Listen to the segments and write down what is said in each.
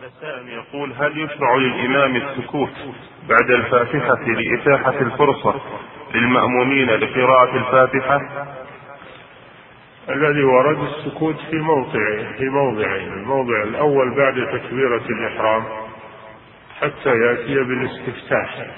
سائل يقول: هل يشرع للإمام السكوت بعد الفاتحة لإتاحة الفرصة للمأمومين لقراءة الفاتحة؟ الذي ورد السكوت في موضعين: الموضع الأول بعد تكبيرة الإحرام حتى يأتي بالاستفتاح،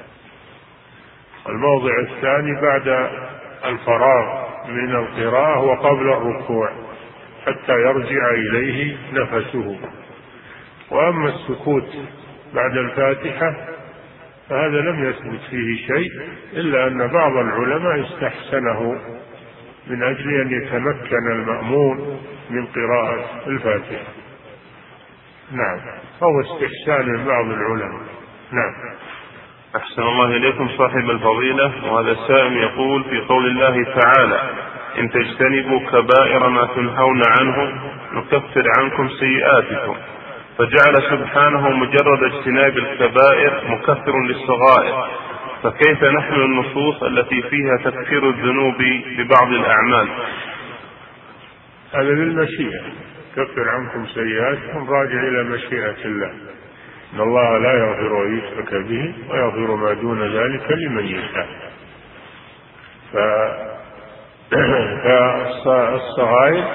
الموضع الثاني بعد الفراغ من القراءة وقبل الركوع حتى يرجع إليه نفسه. وأما السكوت بعد الفاتحة فهذا لم يثبت فيه شيء، إلا أن بعض العلماء استحسنه من أجل أن يتمكن المأمون من قراءة الفاتحة. نعم، هو استحسان من بعض العلماء. نعم. أحسن الله إليكم صاحب الفضيلة. وهذا السائل يقول: في قول الله تعالى: إن تجتنبوا كبائر ما تنهون عنه نكفر عنكم سيئاتكم، فجعل سبحانه مجرد اجتناب الكبائر مكفر للصغائر، فكيف نحمل النصوص التي فيها تكفير الذنوب ببعض الأعمال؟ هذا بالمشيئة، كفر عنكم سيئاتكم راجع إلى مشيئة الله، إن الله لا يغفر أن يشرك به ويغفر ما دون ذلك لمن يشاء. فالصغائر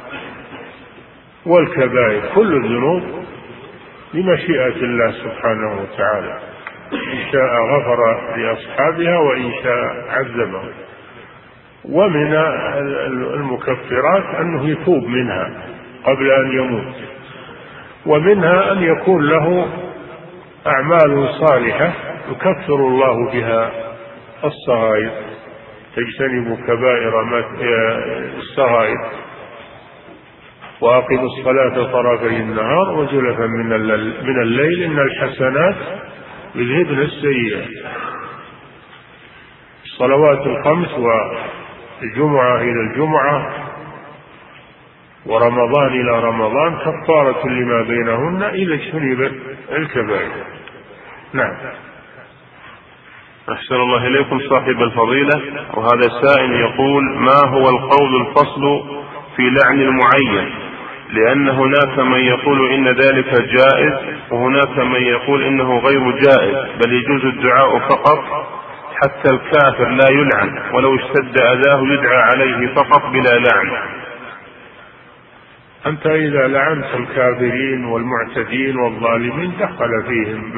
والكبائر كل الذنوب بمشيئة الله سبحانه وتعالى، إن شاء غفر لأصحابها وإن شاء عذبهم. ومن المكفرات أنه يتوب منها قبل أن يموت، ومنها أن يكون له أعمال صالحة يكفر الله بها الصغائر. تجتنبوا كبائر الصغائر وأقيموا الصلاة طرفي النهار وزلفا من الليل إن الحسنات يذهبن السيئات. الصلوات الخمس والجمعة إلى الجمعة ورمضان إلى رمضان كفارة لما بينهن إذا اجتنبت الكبائر. نعم. أحسن الله إليكم صاحب الفضيلة. وهذا السائل يقول: ما هو القول الفصل في لعن المعين؟ لأن هناك من يقول إن ذلك جائز، وهناك من يقول إنه غير جائز، بل يجوز الدعاء فقط، حتى الكافر لا يلعن، ولو اشتد أذاه يدعى عليه فقط بلا لعن. أنت إذا لعنت الكافرين والمعتدين والظالمين دخل فيهم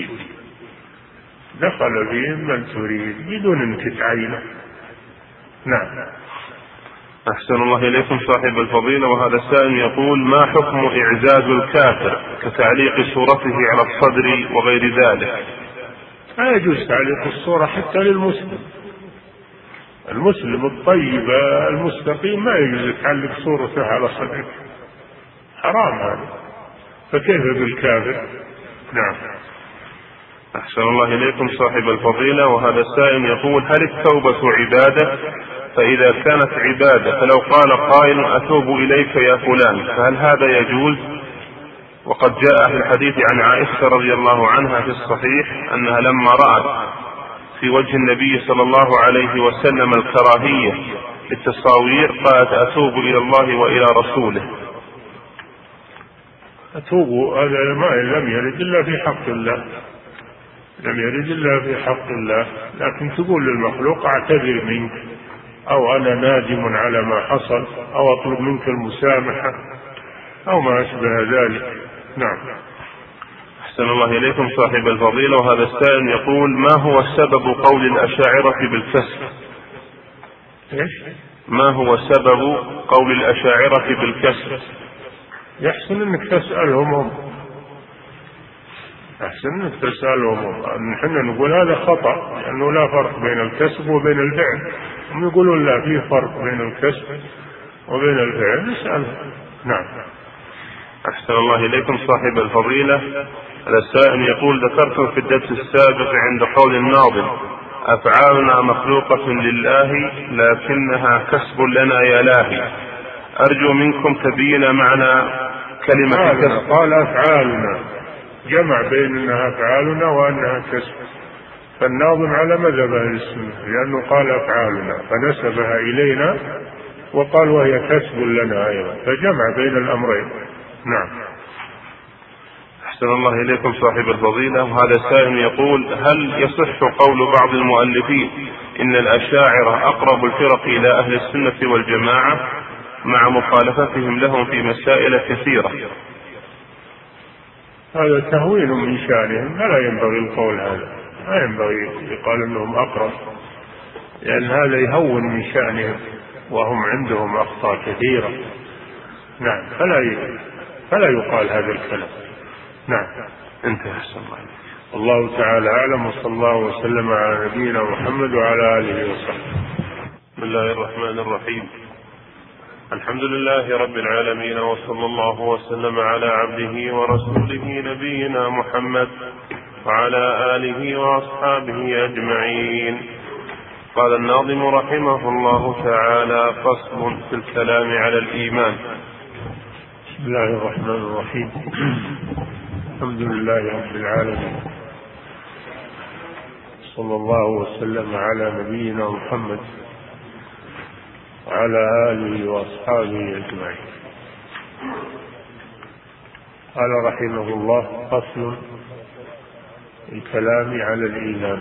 من تريد بدون أن تعينه. نعم. أحسن الله إليكم صاحب الفضيلة. وهذا السائل يقول: ما حكم إعزاز الكافر كتعليق صورته على الصدر وغير ذلك؟ لا يجوز تعليق الصورة حتى للمسلم. المسلم الطيب المستقيم ما يجوز تعلق صورته على صدره، حرام هذا، فكيف بالكافر؟ نعم. أحسن الله إليكم صاحب الفضيلة. وهذا السائل يقول: هل التوبة عبادة؟ فإذا كانت عبادة فلو قال قائل: أتوب إليك يا فلان، فهل هذا يجوز؟ وقد جاء في الحديث عن عائشة رضي الله عنها في الصحيح أنها لما رأت في وجه النبي صلى الله عليه وسلم الكراهية للتصاوير قالت: أتوب إلى الله وإلى رسوله. أتوب هذا ما لم يرد إلا في حق الله، لكن تقول للمخلوق: أعتذر منك، أو أنا نادم على ما حصل، أو أطلب منك المسامحة، أو ما أشبه ذلك. نعم. أحسن الله إليكم صاحب الفضيلة. وهذا السائل يقول: ما هو سبب قول الأشاعرة بالكسر؟ ما هو سبب قول الأشاعرة بالكسر؟ يحسن أنك تسألهم نحن نقول هذا خطأ، لأنه لا فرق بين الكسب وبين الفعل، هم يقولون لا، فيه فرق بين الكسب وبين الفعل، نسألهم. نعم. أحسن الله إليكم صاحب الفضيلة. السائل يقول: ذكرتم في الدرس السابق عند قول الناظم: أفعالنا مخلوقة لله لكنها كسب لنا يا لاهي، أرجو منكم تبين معنى كلمة كسب. قال أفعالنا، جمع بين أنها أفعالنا وأنها كسب، فالناظم على مذهب أهل السنة، لأنه قال أفعالنا فنسبها إلينا وقال وهي كسب لنا أيضا، فجمع بين الأمرين. نعم. أحسن الله إليكم صاحب الفضيلة. وهذا سائل يقول: هل يصح قول بعض المؤلفين إن الأشاعرة أقرب الفرق إلى أهل السنة والجماعة مع مخالفتهم لهم في مسائل كثيرة؟ هذا تهويل من شأنهم، فلا ينبغي القول هذا، لا ينبغي يقال أنهم أقرب، لأن هذا يهون من شأنهم وهم عندهم أخطاء كثيرة. نعم، فلا يقال هذا الكلام. نعم. انتهى. أحسن الله تعالى أعلم، وصلى الله وسلم على نبينا محمد وعلى آله وصحبه. بسم الله الرحمن الرحيم. الحمد لله رب العالمين، وصلى الله وسلم على عبده ورسوله نبينا محمد وعلى آله وأصحابه أجمعين. قال الناظم رحمه الله تعالى: فصل في الكلام على الإيمان. بسم الله الرحمن الرحيم. الحمد لله رب العالمين، صلى الله وسلم على نبينا محمد وعلى آله وأصحابه أجمعين. قال رحمه الله: فصل الكلام على الإيمان.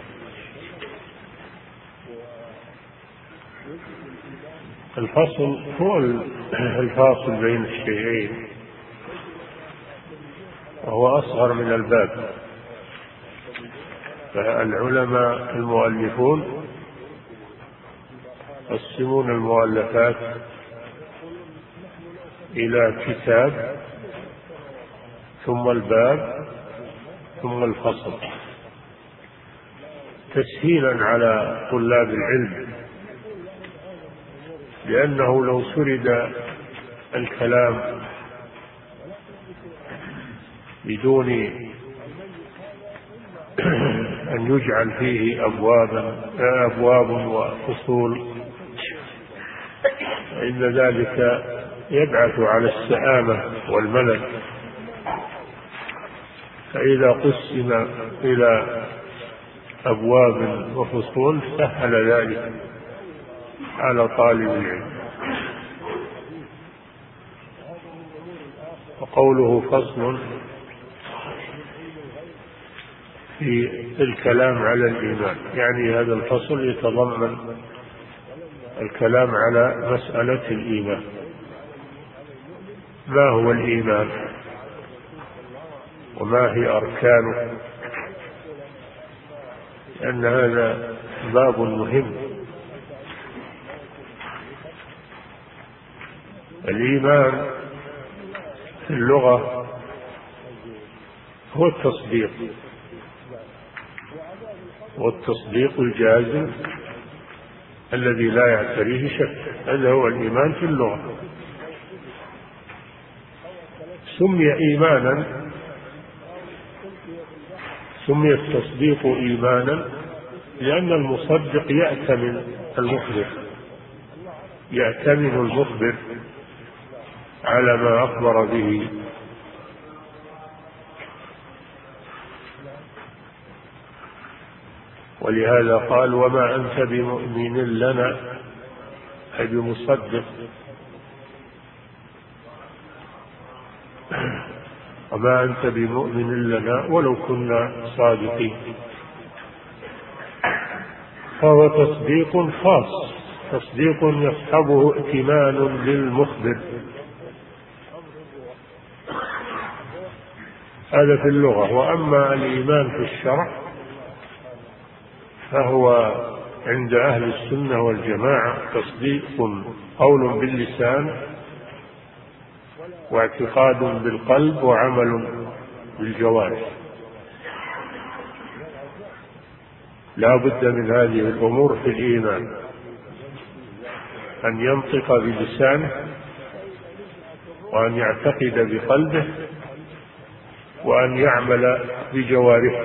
الفصل هو الفاصل بين الشيئين، وهو أصغر من الباب. فالعلماء المؤلفون يقسمون المؤلفات إلى كتاب، ثم الباب، ثم الفصل، تسهيلا على طلاب العلم، لأنه لو سرد الكلام بدون أن يجعل فيه أبواب وفصول، فإن ذلك يبعث على السآمة والملل. فإذا قسم إلى أبواب وفصول سهل ذلك على طالب العلم. وقوله فصل في الكلام على الإيمان، يعني هذا الفصل يتضمن الكلام على مسألة الإيمان. ما هو الإيمان؟ وما هي أركانه؟ لأن هذا باب مهم. الإيمان في اللغة هو التصديق، والتصديق الجازم الذي لا يعتريه شك، هذا هو الإيمان في اللغة. سمي إيمانا، سمي التصديق إيمانا لأن المصدق يأتمن المخبر، يأتمن المخبر على ما أخبر به. ولهذا قال: وما أنت بمؤمن لنا، أي بمصدق. وما أنت بمؤمن لنا ولو كنا صادقين. فهو تصديق خاص، تصديق يصحبه ائتمان للمخبر. هذا في اللغة. وأما الإيمان في الشرع فهو عند أهل السنة والجماعة تصديق قول باللسان، واعتقاد بالقلب، وعمل بالجوارح. لا بد من هذه الأمور في الإيمان: أن ينطق بلسانه، وأن يعتقد بقلبه، وأن يعمل بجوارحه.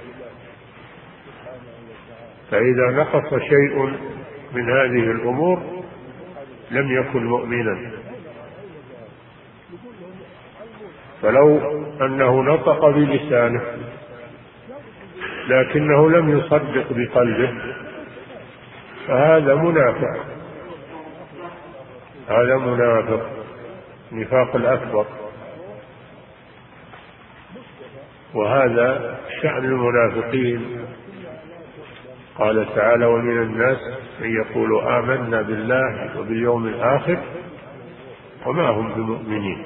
فإذا نقص شيء من هذه الأمور لم يكن مؤمنا. فلو أنه نطق بلسانه لكنه لم يصدق بقلبه فهذا منافق، هذا منافق، نفاق الأكبر. وهذا شأن المنافقين. قال تعالى: ومن الناس من يقول آمنا بالله وباليوم الآخر وما هم بمؤمنين.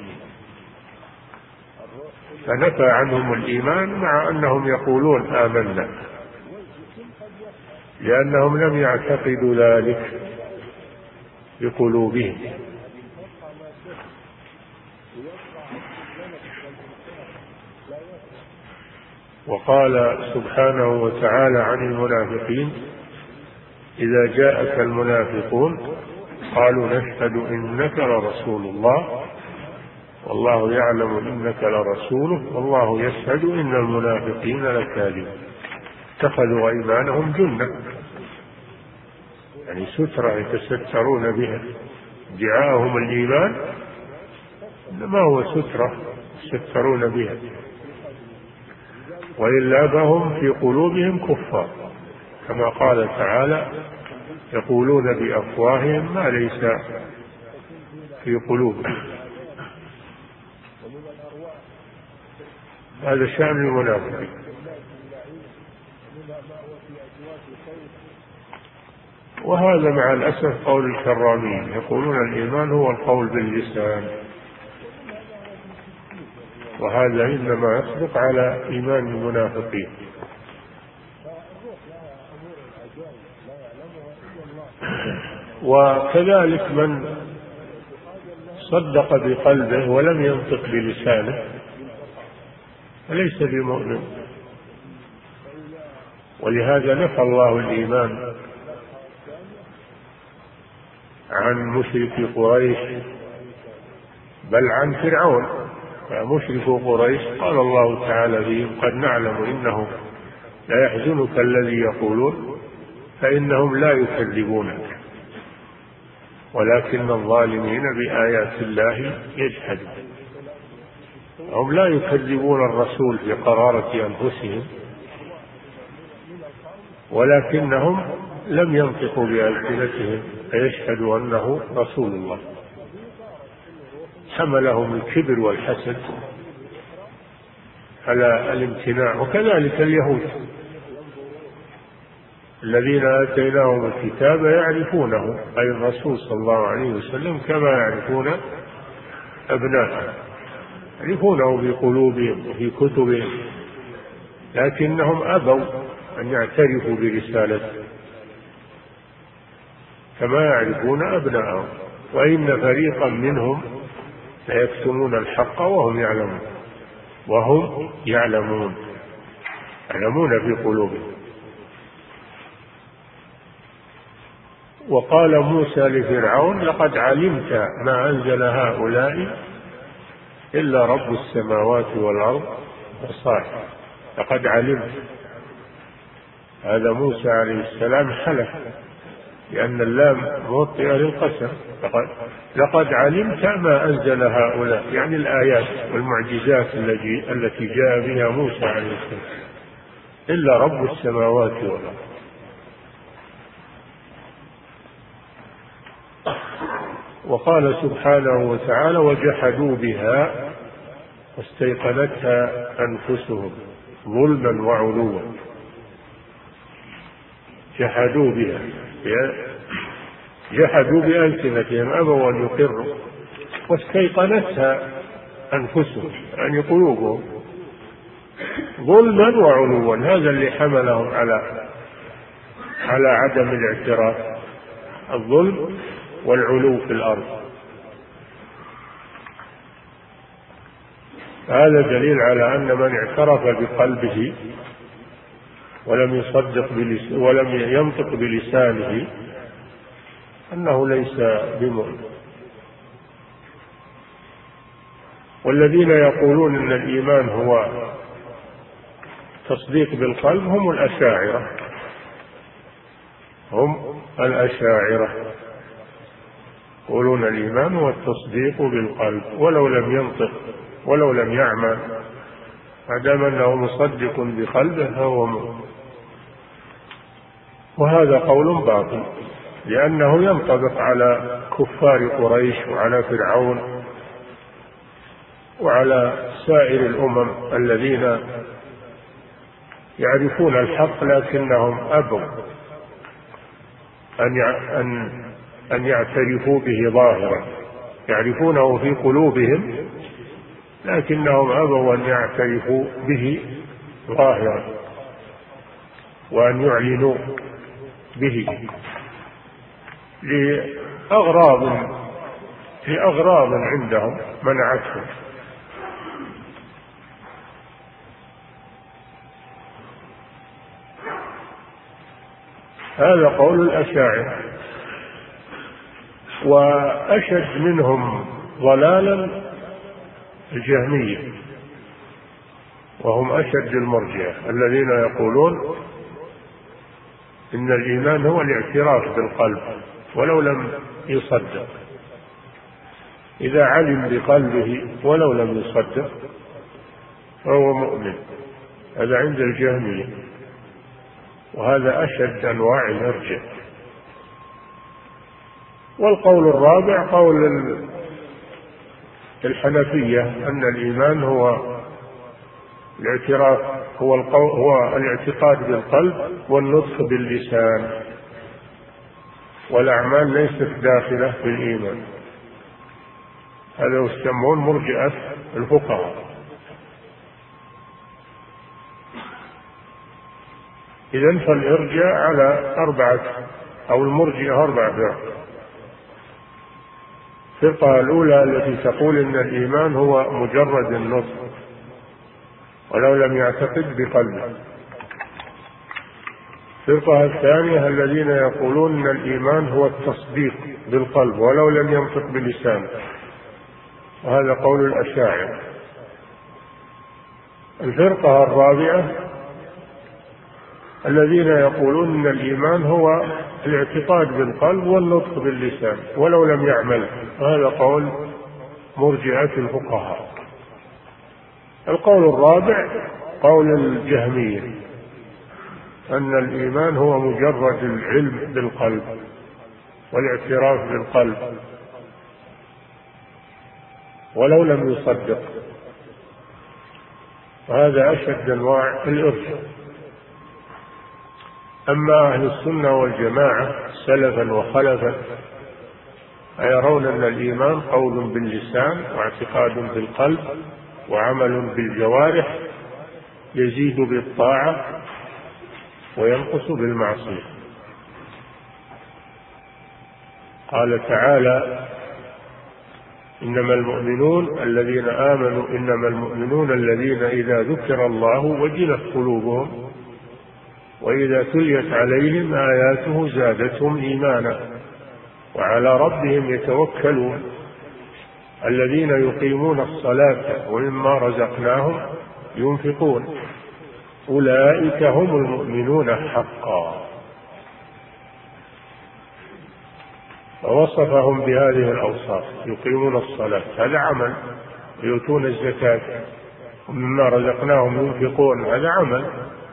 فنفى عنهم الإيمان مع أنهم يقولون آمنا، لأنهم لم يعتقدوا ذلك بقلوبهم. وقال سبحانه وتعالى عن المنافقين: إذا جاءك المنافقون قالوا نشهد إنك لرسول الله والله يعلم إنك لرسوله والله يشهد إن المنافقين لكاذبون. اتخذوا أيمانهم جنة، يعني سترة يتسترون بها. ادعاءهم الإيمان إنما هو سترة يتسترون بها، وإلا فهم في قلوبهم كفار، كما قال تعالى: يقولون بأفواههم ما ليس في قلوبهم. هذا شأن المنافقين. وهذا مع الأسف قول الكرامين، يقولون الإيمان هو القول باللسان، وهذا إنما يصدق على إيمان المنافقين. وكذلك من صدق بقلبه ولم ينطق بلسانه فليس بمؤمن. ولهذا نفى الله الإيمان عن مشركي قريش، بل عن فرعون. فمشركو قريش قال الله تعالى فيهم: قد نعلم إنه لا يحزنك الذي يقولون فإنهم لا يكذبونك ولكن الظالمين بآيات الله يجحدون. هم لا يكذبون الرسول بقرارة أنفسهم، ولكنهم لم ينطقوا بألسنتهم فيشهدوا أنه رسول الله. حملهم الكبر والحسد على الامتناع. وكذلك اليهود الذين آتيناهم الكتاب يعرفونه، أي الرسول صلى الله عليه وسلم، كما يعرفون أبناءهم، يعرفونه بقلوبهم وفي كتبهم، لكنهم أبوا أن يعترفوا برسالته كما يعرفون أبناءهم. وإن فريقا منهم ليكتمون الحق وهم يعلمون في قلوبهم. وقال موسى لفرعون: لقد علمت ما أنزل هؤلاء إلا رب السماوات والأرض بصائر. لقد علمت، هذا موسى عليه السلام حلف، لأن اللام موطئة للقسم. لقد علمت ما أنزل هؤلاء، يعني الآيات والمعجزات التي جاء بها موسى عليه السلام، إلا رب السماوات والأرض. وقال سبحانه وتعالى: وجحدوا بها واستيقنتها أنفسهم ظلما وعلوا. جحدوا بها، جحدوا بألسنتهم، أبوا أن يقروا، واستيقنتها أنفسهم يعني قلوبهم ظلما وعلوا. هذا اللي حملهم على عدم الاعتراف، الظلم والعلو في الأرض. هذا دليل على أن من اعترف بقلبه ولم ينطق بلسانه أنه ليس بمؤمن. والذين يقولون أن الإيمان هو تصديق بالقلب هم الأشاعرة، يقولون الإيمان هو التصديق بالقلب ولو لم ينطق ولو لم يعمل، ما دام أنه مصدق بقلبه فهو مؤمن. وهذا قول باطل، لأنه ينطبق على كفار قريش وعلى فرعون وعلى سائر الأمم الذين يعرفون الحق لكنهم أبوا أن يعترفوا به ظاهرا، يعرفونه في قلوبهم لكنهم أبوا أن يعترفوا به ظاهرا وأن يعلنوا به لأغراض عندهم منعتهم. هذا قول الأشاعرة. وأشد منهم ضلالا الجهمية، وهم أشد المرجئة الذين يقولون إن الإيمان هو الاعتراف بالقلب ولو لم يصدق، إذا علم بقلبه ولو لم يصدق فهو مؤمن. هذا عند الجهمية، وهذا أشد أنواع المرجئة. والقول الرابع قول الحنفية أن الإيمان هو الاعتراف، هو الاعتقاد بالقلب والنطق باللسان، والأعمال ليست داخلة في الإيمان. هذا يسمون مرجئة الفقهاء. إذن فالإرجاء على المرجئة 4 فرق. الفرقة الأولى التي تقول إن الإيمان هو مجرد النطق ولو لم يعتقد بقلبه. الفرقة الثانية الذين يقولون إن الإيمان هو التصديق بالقلب ولو لم ينطق بلسانه، وهذا قول الأشاعرة. الفرقة الرابعة الذين يقولون إن الإيمان هو الاعتقاد بالقلب والنطق باللسان ولو لم يعمل، وهذا قول مرجئة الفقهاء. القول الرابع قول الجهمية أن الإيمان هو مجرد العلم بالقلب والاعتراف بالقلب ولو لم يصدق، وهذا أشد أنواع الإرجاء. أما أهل السنة والجماعة سلفا وخلفا يرون أن الإيمان قول باللسان واعتقاد بالقلب وعمل بالجوارح، يزيد بالطاعة وينقص بالمعصية. قال تعالى: إنما المؤمنون الذين آمنوا، إنما المؤمنون الذين إذا ذكر الله وجلت قلوبهم وإذا تليت عليهم آياته زادتهم إيمانا وعلى ربهم يتوكلون الذين يقيمون الصلاة ومما رزقناهم ينفقون أولئك هم المؤمنون حقا. ووصفهم بهذه الأوصاف: يقيمون الصلاة هذا عمل، يؤتون الزكاة ومما رزقناهم ينفقون هذا عمل.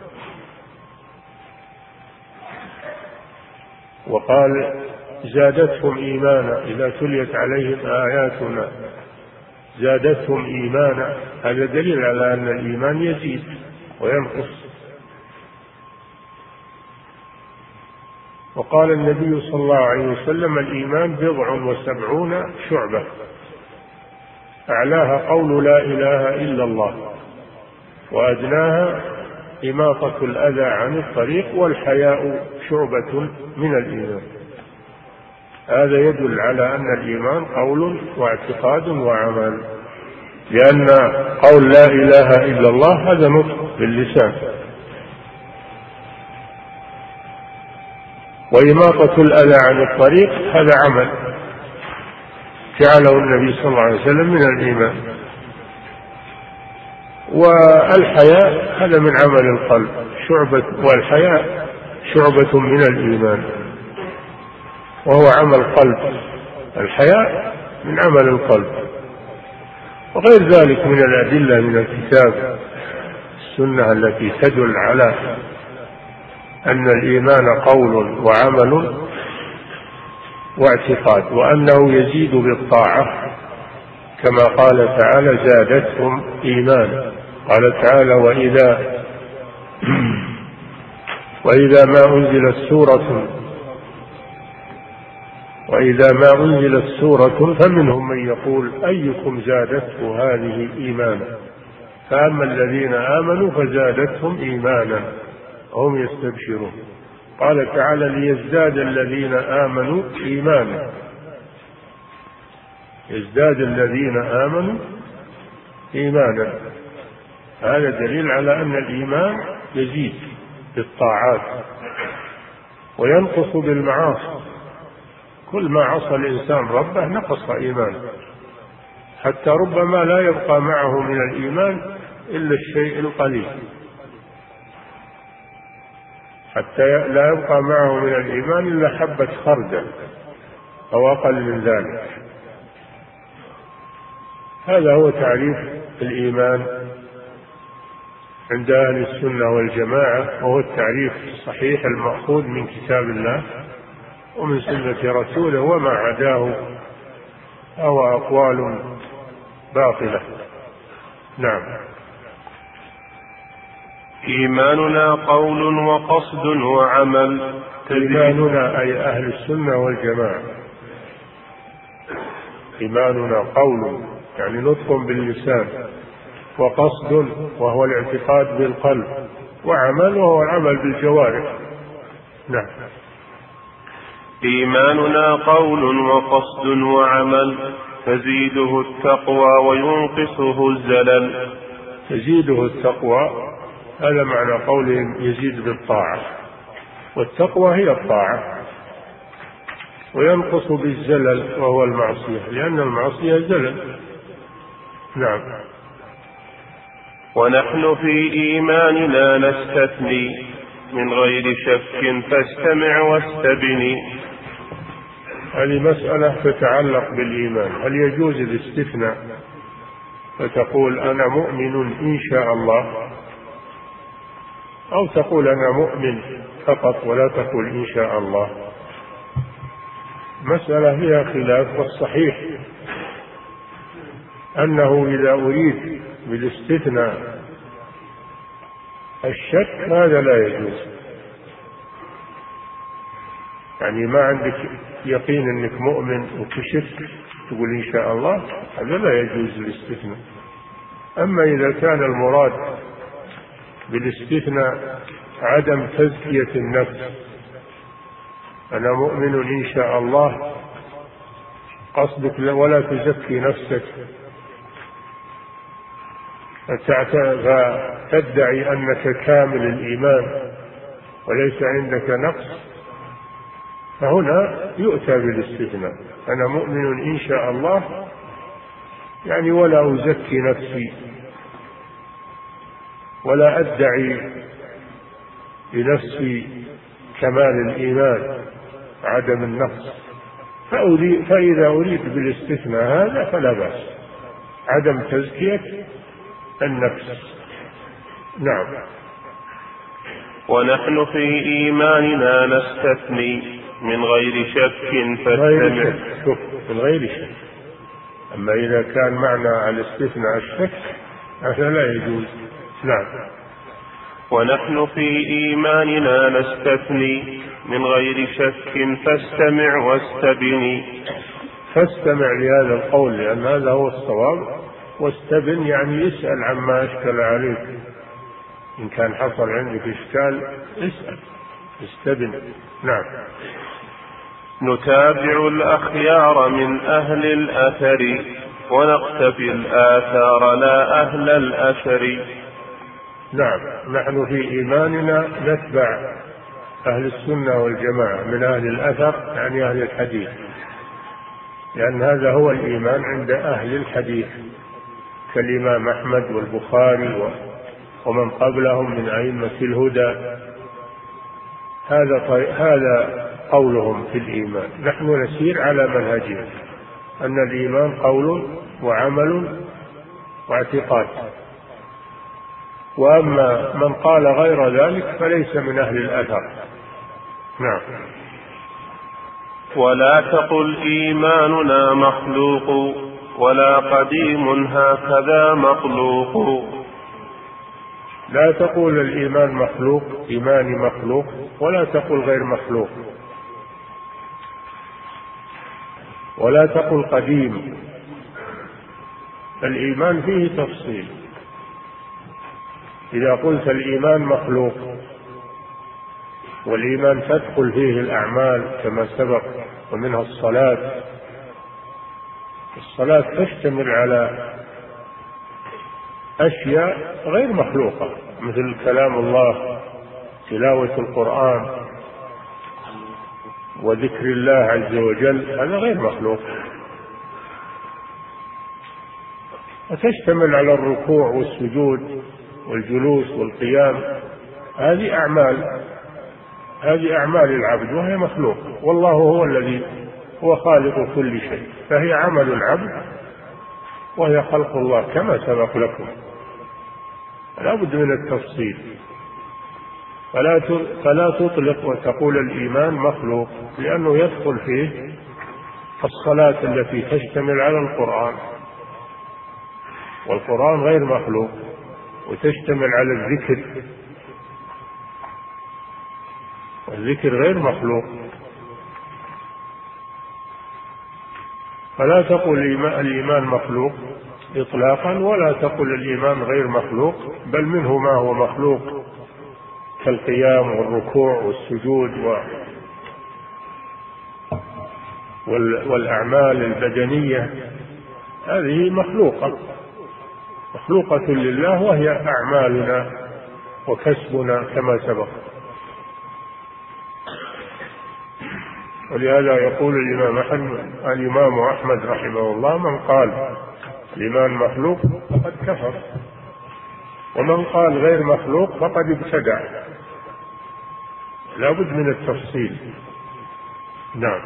وقال: زادتهم إيمانا إذا تليت عليهم آياتنا زادتهم إيمانا، هذا دليل على أن الإيمان يزيد وينقص. وقال النبي صلى الله عليه وسلم: الإيمان 70 شعبة أعلاها قول لا إله إلا الله وأدناها إماطة الأذى عن الطريق والحياء شعبة من الإيمان. هذا يدل على أن الإيمان قول واعتقاد وعمل، لأن قول لا إله إلا الله هذا نطق باللسان، وإماطة الأذى عن الطريق هذا عمل جعله النبي صلى الله عليه وسلم من الإيمان. والحياء هذا من عمل القلب والحياء شعبة من الإيمان وهو عمل قلب. الحياء من عمل القلب. وغير ذلك من الأدلة من الكتاب السنة التي تدل على أن الإيمان قول وعمل واعتقاد، وأنه يزيد بالطاعة كما قال تعالى زادتهم إيمانا. قال تعالى وإذا ما أنزلت سورة فمنهم من يقول أيكم زادته هذه إيمانا، فأما الذين آمنوا فزادتهم إيمانا هم يستبشرون. قال تعالى ليزداد الذين آمنوا إيمانا، يزداد الذين آمنوا إيمانا. هذا دليل على أن الإيمان يزيد بالطاعات وينقص بالمعاصي. كل ما عصى الإنسان ربه نقص إيمانه، حتى ربما لا يبقى معه من الإيمان إلا الشيء القليل، حتى لا يبقى معه من الإيمان إلا حبة خردل أو أقل من ذلك. هذا هو تعريف الإيمان عند أهل السنة والجماعة، وهو التعريف الصحيح المأخوذ من كتاب الله ومن سنة رسوله، وما عداه أو أقوال باطلة. نعم. إيماننا قول وقصد وعمل. إيماننا أي أهل السنة والجماعة، إيماننا قول يعني نطق باللسان، وقصد وهو الاعتقاد بالقلب، وعمل وهو العمل بالجوارح. نعم. إيماننا قول وقصد وعمل، تزيده التقوى وينقصه الزلل. تزيده التقوى، هذا معنى قولهم يزيد بالطاعة، والتقوى هي الطاعة، وينقص بالزلل وهو المعصية، لأن المعصية زلل. نعم. ونحن في إيماننا نستثني من غير شك فاستمع واستبني. هذه مسألة تتعلق بالإيمان. هل يجوز الاستثناء فتقول أنا مؤمن إن شاء الله، أو تقول أنا مؤمن فقط ولا تقول إن شاء الله؟ مسألة فيها خلاف، والصحيح أنه إذا أريد بالاستثناء الشك هذا لا يجوز. يعني ما عندك يقين أنك مؤمن وتشك تقول إن شاء الله، هذا لا يجوز الاستثناء. أما إذا كان المراد بالاستثناء عدم تزكية النفس، أنا مؤمن إن شاء الله، قصدك ولا تزكي نفسك فتدعي أنك كامل الإيمان وليس عندك نقص، فهنا يؤتى بالاستثناء. أنا مؤمن إن شاء الله يعني ولا أزكي نفسي ولا أدعي لنفسي كمال الإيمان عدم النقص، فإذا أريد بالاستثناء هذا فلا بأس، عدم تزكية النفس. نعم. ونحن في إيماننا نستثني من غير شك فاستمع. من غير شك. أما إذا كان معنى الاستثناء الشك هذا لا يجوز. نعم. ونحن في إيماننا نستثني من غير شك فاستمع واستبني. فاستمع لهذا القول لأن هذا هو الصواب، واستبن يعني اسأل عما أشكل عليك، إن كان حصل عندك إشكال اسأل، استبن. نعم. نتابع الأخيار من أهل الأثر ونقتفي الآثار لا أهل الأثر. نعم. نحن في إيماننا نتبع أهل السنة والجماعة من أهل الأثر، يعني أهل الحديث، لأن هذا هو الإيمان عند أهل الحديث كالإمام أحمد والبخاري ومن قبلهم من أئمة الهدى. هذا قولهم في الإيمان. نحن نسير على منهجهم، أن الإيمان قول وعمل واعتقاد، وأما من قال غير ذلك فليس من أهل الأثر. نعم. ولا تقل إيماننا مخلوق ولا قديم هكذا مخلوق. لا تقول الإيمان مخلوق، إيماني مخلوق، ولا تقل غير مخلوق، ولا تقل قديم. الإيمان فيه تفصيل. إذا قلت الإيمان مخلوق، والإيمان تدخل فيه الأعمال كما سبق، ومنها الصلاة. الصلاة تشتمل على أشياء غير مخلوقة، مثل كلام الله، تلاوة القرآن، وذكر الله عز وجل، هذا غير مخلوق. وتشتمل على الركوع والسجود والجلوس والقيام، هذه أعمال العبد وهي مخلوق، والله هو الذي هو خالق كل شيء، فهي عمل العبد وهي خلق الله كما سبق لكم. لا بد من التفصيل، فلا تطلق وتقول الإيمان مخلوق، لأنه يدخل فيه الصلاة التي تشتمل على القرآن، والقرآن غير مخلوق، وتشتمل على الذكر، والذكر غير مخلوق. فلا تقل الإيمان مخلوق إطلاقا، ولا تقل الإيمان غير مخلوق، بل منه ما هو مخلوق كالقيام والركوع والسجود والأعمال البدنية، هذه مخلوقة لله، وهي أعمالنا وكسبنا كما سبق. ولهذا يقول الإمام أحمد رحمه الله: من قال الإيمان مخلوق فقد كفر، ومن قال غير مخلوق فقد ابتدع. لا بد من التفصيل. نعم.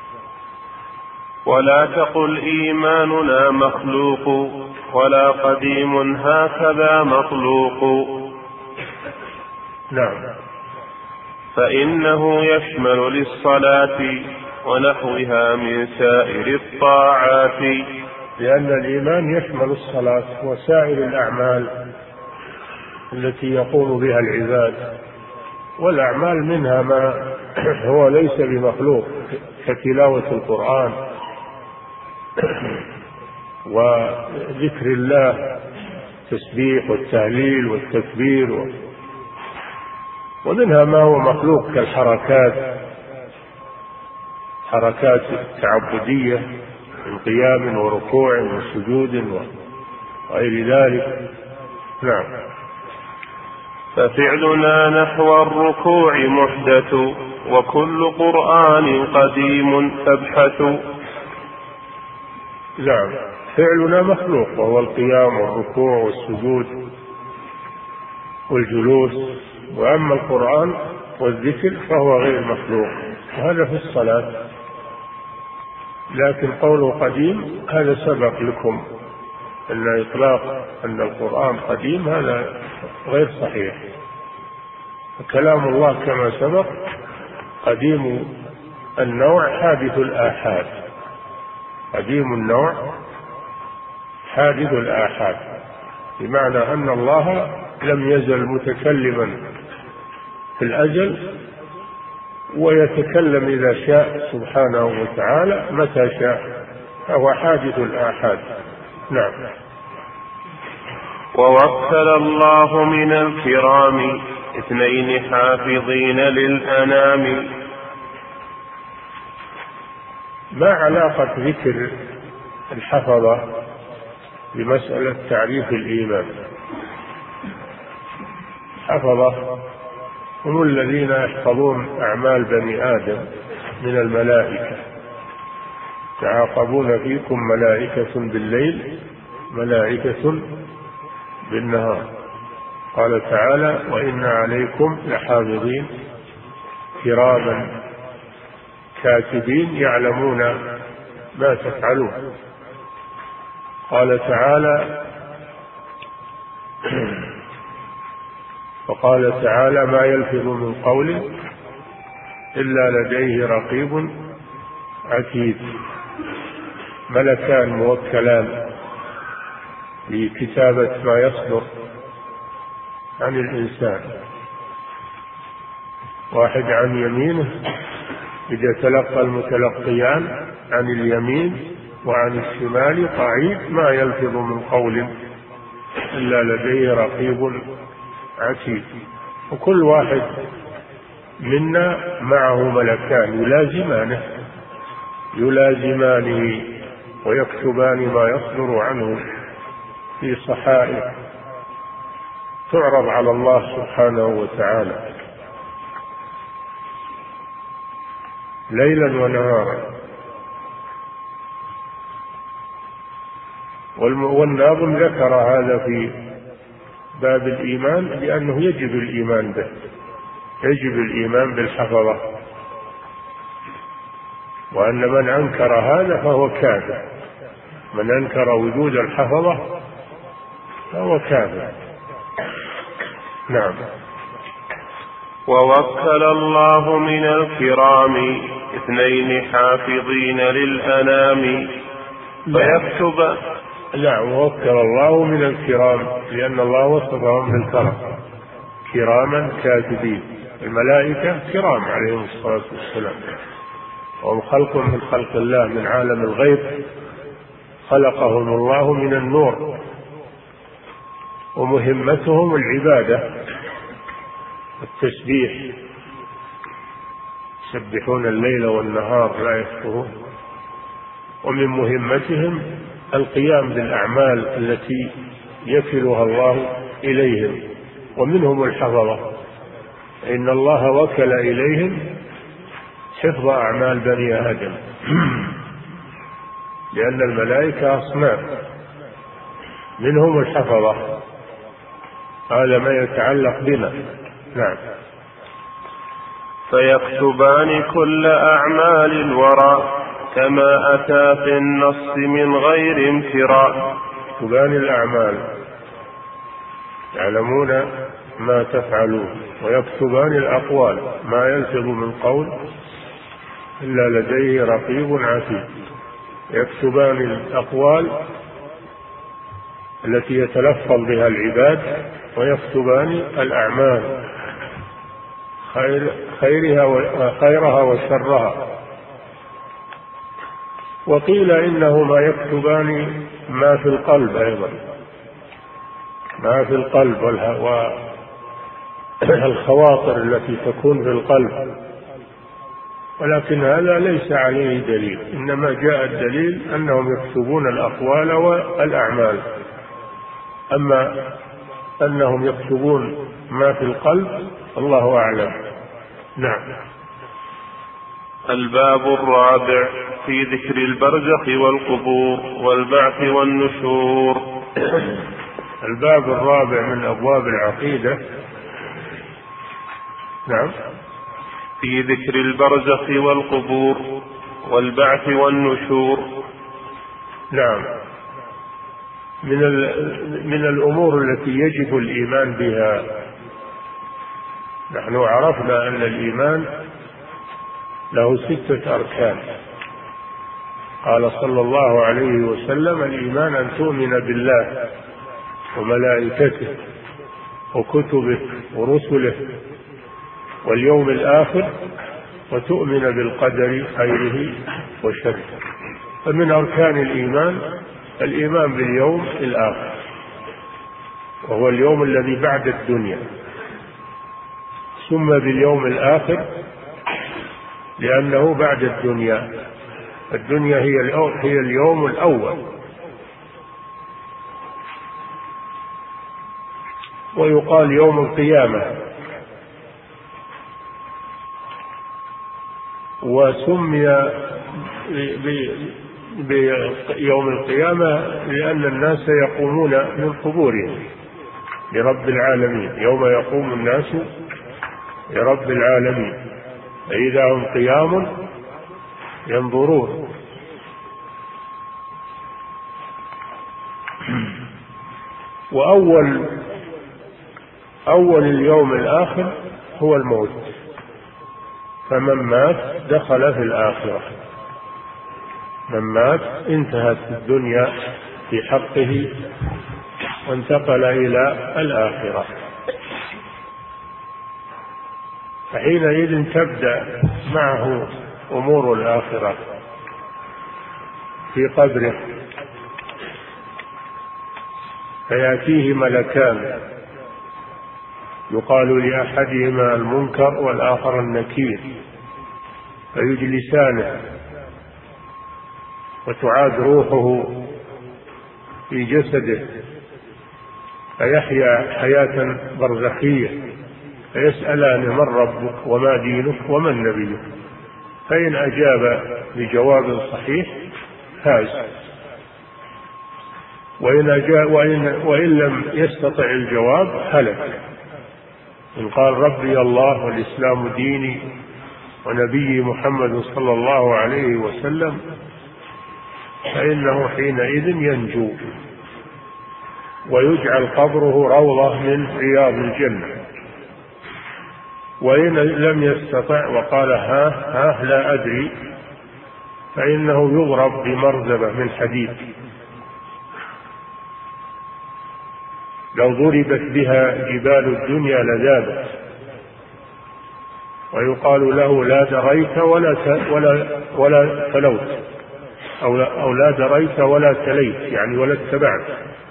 ولا تقل إيماننا مخلوق ولا قديم هكذا مخلوق. نعم. فإنه يشمل للصلاة ونحوها من سائر الطاعات، لأن الإيمان يشمل الصلاة وسائر الأعمال التي يقوم بها العباد، والأعمال منها ما هو ليس بمخلوق كتلاوة القرآن وذكر الله، التسبيح والتهليل والتكبير، ومنها ما هو مخلوق كالحركات التعبدية من قيام وركوع وسجود وغير ذلك. نعم. ففعلنا نحو الركوع محدث وكل قرآن قديم فابحث. نعم. فعلنا مخلوق، وهو القيام والركوع والسجود والجلوس، وأما القرآن والذكر فهو غير مخلوق، وهذا في الصلاة. لكن قوله قديم هذا سبق لكم، أن إطلاق أن القرآن قديم هذا غير صحيح. كلام الله كما سبق قديم النوع حادث الآحاد، قديم النوع حادث الآحاد، بمعنى أن الله لم يزل متكلما في الأزل، ويتكلم إذا شاء سبحانه وتعالى متى شاء، فهو حادث الآحاد. نعم. ووكل الله من الكرام 2 حافظين للأنام. ما علاقة ذكر الحفظة بمسألة تعريف الإيمان؟ حفظة هم الذين يحفظون أعمال بني آدم من الملائكة، تعاقبون فيكم ملائكة بالليل ملائكة بالنهار. قال تعالى: وإن عليكم لحافظين كراما كاتبين يعلمون ما تفعلون. قال تعالى: وقال تعالى: ما يلفظ من قول إلا لديه رقيب عتيد. ملكان موكلان لكتابة ما يصدر عن الإنسان، واحد عن يمينه إذا تلقى المتلقيان عن اليمين وعن الشمال قعيد ما يلفظ من قول إلا لديه رقيب عتيد. وكل واحد منا معه ملكان يلازمانه ويكتبان ما يصدر عنه في صحائف تعرض على الله سبحانه وتعالى ليلا ونهارا. والناظم ذكر هذا في باب الإيمان لأنه يجب الإيمان به، يجب الإيمان بالحفظة، وأن من أنكر هذا فهو كافر، من أنكر وجود الحفظة فهو كافر. نعم. ووكل الله من الكرام 2 حافظين للأنام فيكتب. نعم، ووكل الله من الكرام لأن الله وصفهم بالكرم، كراما كاتبين. الملائكة كرام عليهم الصلاة والسلام، وهم خلق من خلق الله من عالم الغيب، خلقهم الله من النور، ومهمتهم العبادة التسبيح، يسبحون الليل والنهار لا يفترون. ومن مهمتهم القيام بالأعمال التي يكلها الله إليهم، ومنهم الحفظة، إن الله وكل إليهم حفظ أعمال بني آدم لأن الملائكة أصناف، منهم الحفظة، هذا ما يتعلق بنا. نعم. فيكتبان كل أعمال الورى كما أتى في النص من غير امتراء. يكتبان الأعمال، يعلمون ما تفعلون، ويكتبان الأقوال، ما يلفظ من قول إلا لديه رقيب عتيد. يكتبان الأقوال التي يتلفظ بها العباد، ويكتبان الأعمال خيرها وشرها. وقيل إنهما يكتبان ما في القلب أيضا، ما في القلب والخواطر التي تكون في القلب، ولكن هذا ليس عليه دليل، إنما جاء الدليل أنهم يكتبون الأقوال والأعمال. أما أنهم يكتبون ما في القلب الله أعلم. نعم. الباب الرابع في ذكر البرزخ والقبور والبعث والنشور. الباب الرابع من أبواب العقيدة. نعم. في ذكر البرزخ والقبور والبعث والنشور. نعم. من الأمور التي يجب الإيمان بها. نحن عرفنا أن الإيمان له 6 أركان. قال صلى الله عليه وسلم: الإيمان أن تؤمن بالله وملائكته وكتبه ورسله واليوم الآخر وتؤمن بالقدر خيره وشره. فمن أركان الإيمان باليوم الآخر، وهو اليوم الذي بعد الدنيا، ثم باليوم الآخر لأنه بعد الدنيا. الدنيا هي اليوم الأول، ويقال يوم القيامة، وسمي بيوم القيامة لأن الناس يقومون من قبورهم لرب العالمين، يوم يقوم الناس لرب العالمين فإذا هم قيام ينظرون. وأول اليوم الآخر هو الموت، فمن مات دخل في الآخرة. من مات انتهت الدنيا في حقه وانتقل إلى الآخرة، فحينئذ تبدأ معه أمور الآخرة في قبره، فيأتيه ملكان يقال لأحدهما المنكر والآخر النكير، فيجلسانه وتعاد روحه في جسده فيحيا حياة برزخية، فيسألانه من ربك وما دينك ومن نبيك، فإن أجاب بجواب صحيح فاز، وإن لم يستطع الجواب هلك. إن قال ربي الله والإسلام ديني ونبي محمد صلى الله عليه وسلم فإنه حينئذ ينجو ويجعل قبره روضة من رياض الجنة. وإن لم يستطع وقال ها لا أدري فإنه يضرب بمرزبة من حديد، لو ضربت بها جبال الدنيا لذابت، ويقال له لا دريت ولا تلوت، أو لا دريت ولا تليت، يعني ولا اتبعت.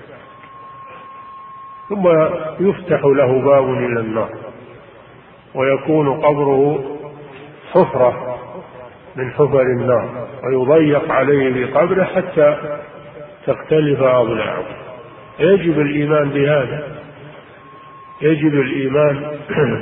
ثم يفتح له باب إلى النار، ويكون قبره حفرة من حفر النار، ويضيق عليه بقبره حتى تختلف أضلاعه. يجب الإيمان بهذا، يجب الإيمان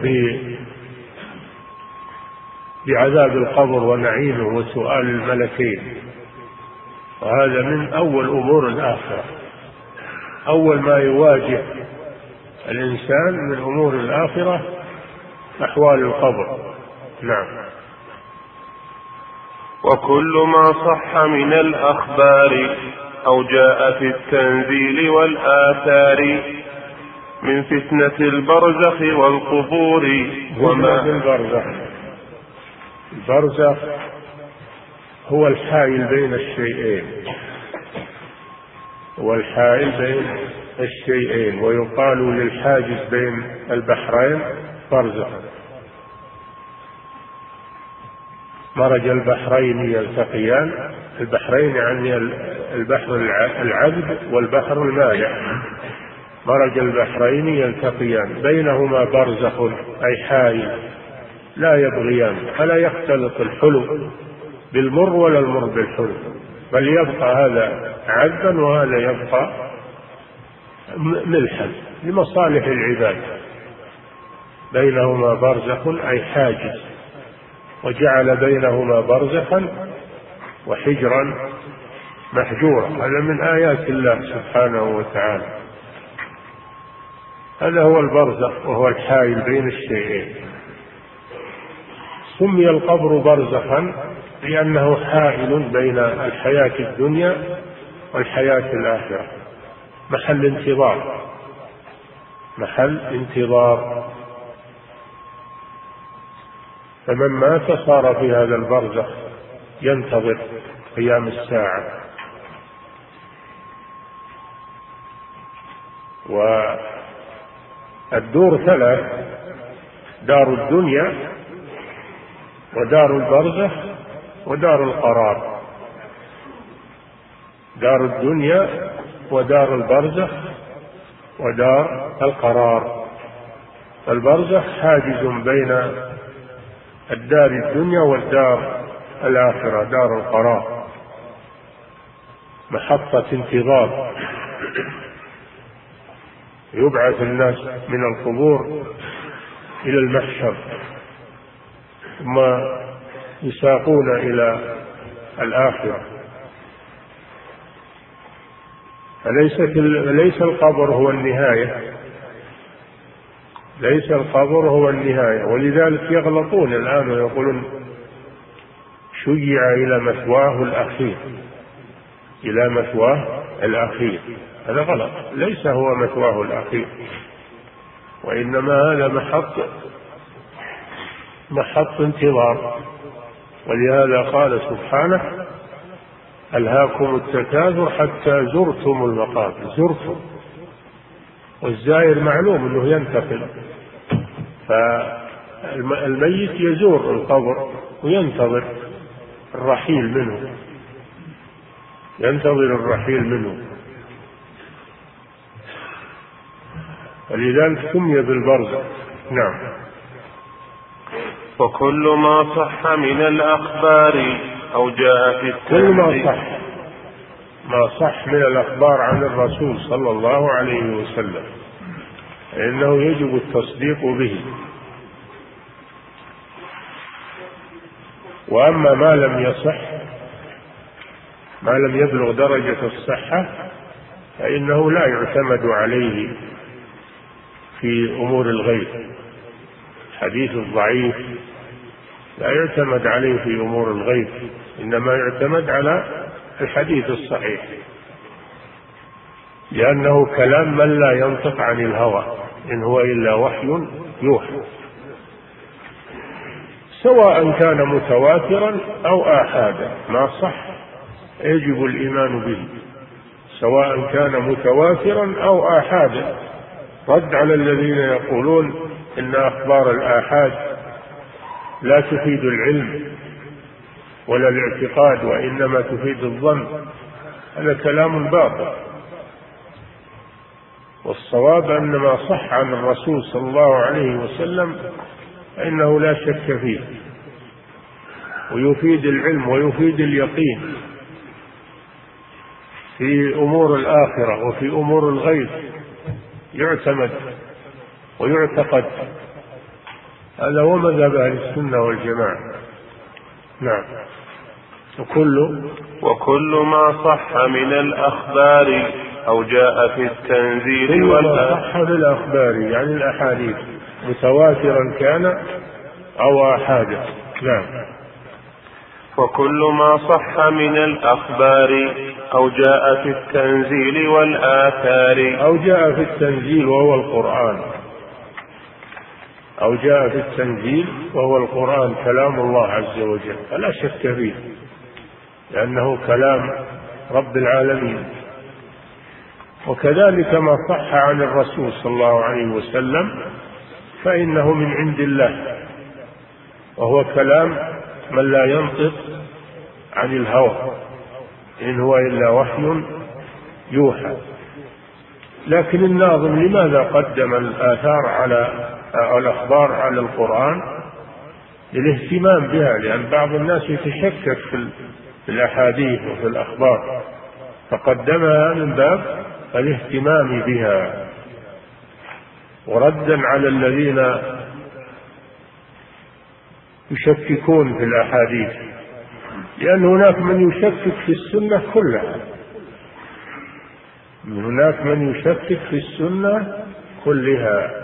بعذاب القبر ونعيمه وسؤال الملكين، وهذا من أول أمور الآخرة. أول ما يواجه الإنسان من أمور الآخرة أحوال القبر. نعم. وكل ما صح من الأخبار أو جاء في التنزيل والآثار من فتنة البرزخ والقبور. وما البرزخ هو الحائل بين الشيئين، ويقال للحاجز بين البحرين برزخ. مرج البحرين يلتقيان، البحرين يعني البحر العذب والبحر المالح، مرج البحرين يلتقيان بينهما برزخ أي حائل لا يبغيان، فلا يختلط الحلو بالمر ولا المر بالحلو، بل يبقى هذا عذبا وهذا يبقى ملحا لمصالح العباد. بينهما برزخ أي حاجز، وجعل بينهما برزخا وحجرا محجورا، هذا من آيات الله سبحانه وتعالى. هذا هو البرزخ، وهو الحائل بين الشيئين. سمي القبر برزخا لأنه حائل بين الحياة الدنيا والحياة الآخرة، محل انتظار. فمن مات صار في هذا البرزخ ينتظر قيام الساعة. والدور ثلاث: دار الدنيا ودار البرزخ ودار القرار. دار الدنيا ودار البرزخ ودار القرار. البرزخ حاجز بين الدار الدنيا والدار الآخرة، دار القرار، محطة انتظار. يبعث الناس من القبور إلى المحشر، ثم يساقون إلى الآخرة. فليس القبر هو النهاية، ليس القبر هو النهاية. ولذلك يغلطون الآن ويقولون شيع إلى مثواه الأخير، إلى مثواه الأخير. هذا غلط، ليس هو مثواه الأخير، وإنما هذا محط انتظار. ولهذا قال سبحانه ألهاكم التكاثر حتى زرتم المقابر. زرتم، والزائر معلوم أنه ينتقل، فالميت يزور القبر وينتظر الرحيل منه، ينتظر الرحيل منه، ولذلك سمي بالبرزخ. نعم. وكل ما صح من الأخبار أو جاء في كل ما صح من الأخبار عن الرسول صلى الله عليه وسلم إنه يجب التصديق به. وأما ما لم يصح، ما لم يبلغ درجة الصحة، فإنه لا يعتمد عليه في أمور الغيب. الحديث الضعيف لا يعتمد عليه في أمور الغيب، إنما يعتمد على الحديث الصحيح، لأنه كلام من لا ينطق عن الهوى، إن هو إلا وحي يوحى، سواء كان متواترا أو آحادا. ما صح يجب الإيمان به، سواء كان متواترا أو آحادا. رد على الذين يقولون إن أخبار الآحاد لا تفيد العلم ولا الاعتقاد وإنما تفيد الظن، هذا كلام باطل. والصواب أن ما صح عن الرسول صلى الله عليه وسلم فإنه لا شك فيه، ويفيد العلم ويفيد اليقين في أمور الآخرة وفي أمور الغيب، يعتمد ويعتقد. هذا هو مذهب أهل السنة والجماعة. نعم. وكل ما صح من الأخبار أو جاء في التنزيل كل ما صح من الأخبار يعني الأحاديث، متواترا كان أو آحادا. نعم. وكل ما صح من الأخبار أو جاء في التنزيل والآثار. أو جاء في التنزيل وهو القرآن، أو جاء في التنزيل وهو القرآن كلام الله عز وجل، فلا شك فيه، لأنه كلام رب العالمين. وكذلك ما صح عن الرسول صلى الله عليه وسلم فإنه من عند الله، وهو كلام من لا ينطق عن الهوى، إن هو إلا وحي يوحى. لكن الناظم لماذا قدم الآثار على الأخبار على القرآن؟ للاهتمام بها، لأن بعض الناس يتشكك في الأحاديث وفي الأخبار، فقدمها من باب الاهتمام بها، وردا على الذين يشككون في الأحاديث، لأن هناك من يشكك في السنة كلها، هناك من يشكك في السنة كلها،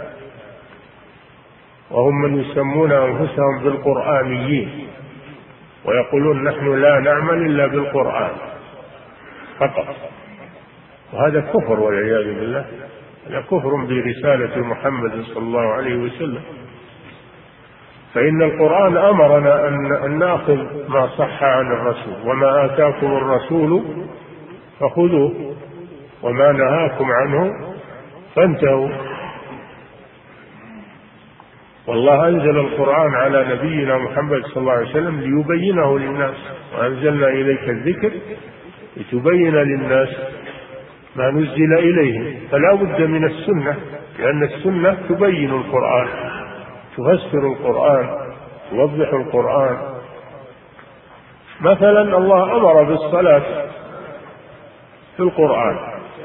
وهم من يسمون أنفسهم بالقرآنيين، ويقولون نحن لا نعمل إلا بالقرآن فقط، وهذا كفر والعياذ بالله، هذا كفر برسالة محمد صلى الله عليه وسلم. فإن القرآن أمرنا أن نأخذ ما صح عن الرسول، وما آتاكم الرسول فخذوه وما نهاكم عنه فانتهوا. والله أنزل القرآن على نبينا محمد صلى الله عليه وسلم ليبينه للناس، وأنزلنا إليك الذكر لتبين للناس ما نزل إليهم. فلا بد من السنة، لأن السنة تبين القرآن، تفسر القرآن، توضح القرآن. مثلا الله أمر بالصلاة في القرآن،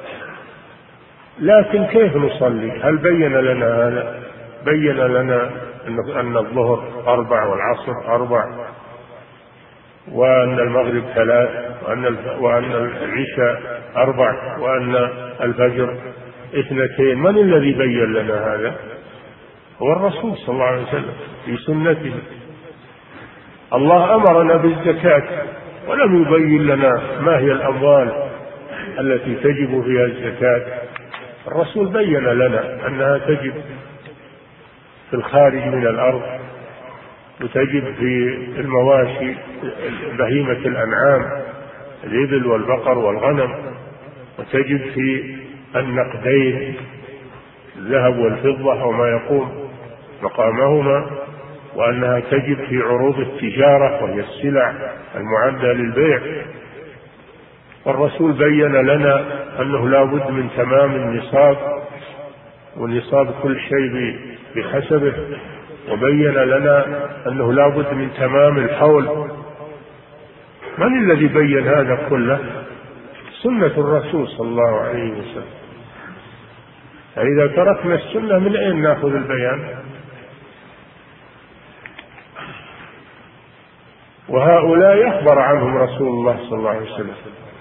لكن كيف نصلي؟ هل بين لنا هذا؟ بين لنا أن الظهر 4 والعصر 4 وأن المغرب 3 وأن العشاء 4 وأن الفجر 2. من الذي بين لنا هذا؟ هو الرسول صلى الله عليه وسلم في سنته. الله أمرنا بالزكاة ولم يبين لنا ما هي الأموال التي تجب فيها الزكاة. الرسول بين لنا أنها تجب في الخارج من الأرض، وتجب في المواشي بهيمة الأنعام، الإبل والبقر والغنم، وتجب في النقدين الذهب والفضة وما يقوم مقامهما، وأنها تجب في عروض التجارة وهي السلع المعدة للبيع. والرسول بين لنا أنه لا بد من تمام النصاب، والنصاب كل شيء بحسبه، وبين لنا أنه لا بد من تمام الحول. من الذي بين هذا كله؟ سنة الرسول صلى الله عليه وسلم. فإذا تركنا السنة من أين نأخذ البيان؟ وهؤلاء يخبر عنهم رسول الله صلى الله عليه وسلم،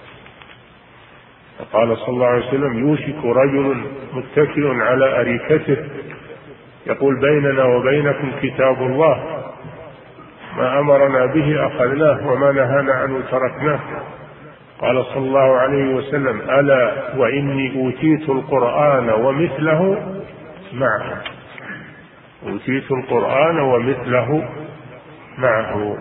قال صلى الله عليه وسلم: يوشك رجل متكئ على أريكته يقول: بيننا وبينكم كتاب الله، ما أمرنا به أخذناه وما نهانا عنه تركناه. قال صلى الله عليه وسلم: ألا وإني أوتيت القرآن ومثله معه، أوتيت القرآن ومثله معه.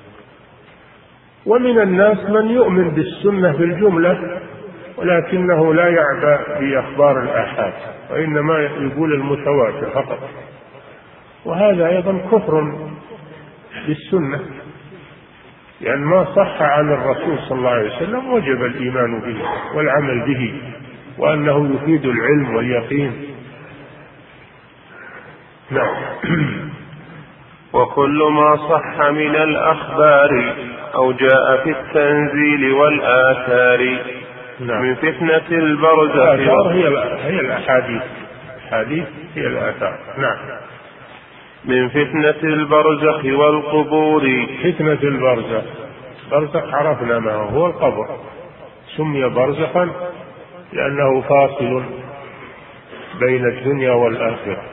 ومن الناس من يؤمن بالسنة بالجملة، ولكنه لا يعبأ بأخبار الآحاد، وإنما يقول المتواتر فقط، وهذا أيضا كفر بالسنة، لأن ما صح عن الرسول صلى الله عليه وسلم وجب الإيمان به والعمل به، وأنه يفيد العلم واليقين. نعم. وكل ما صح من الأخبار أو جاء في التنزيل والآثار من فتنة البرزخ. الآثار هي الأحاديث، الحديث هي الآثار. نعم. من فتنة البرزخ والقبور. فتنة البرزخ، برزخ عرفنا ما هو القبر، سمي برزخا لأنه فاصل بين الدنيا والآخرة.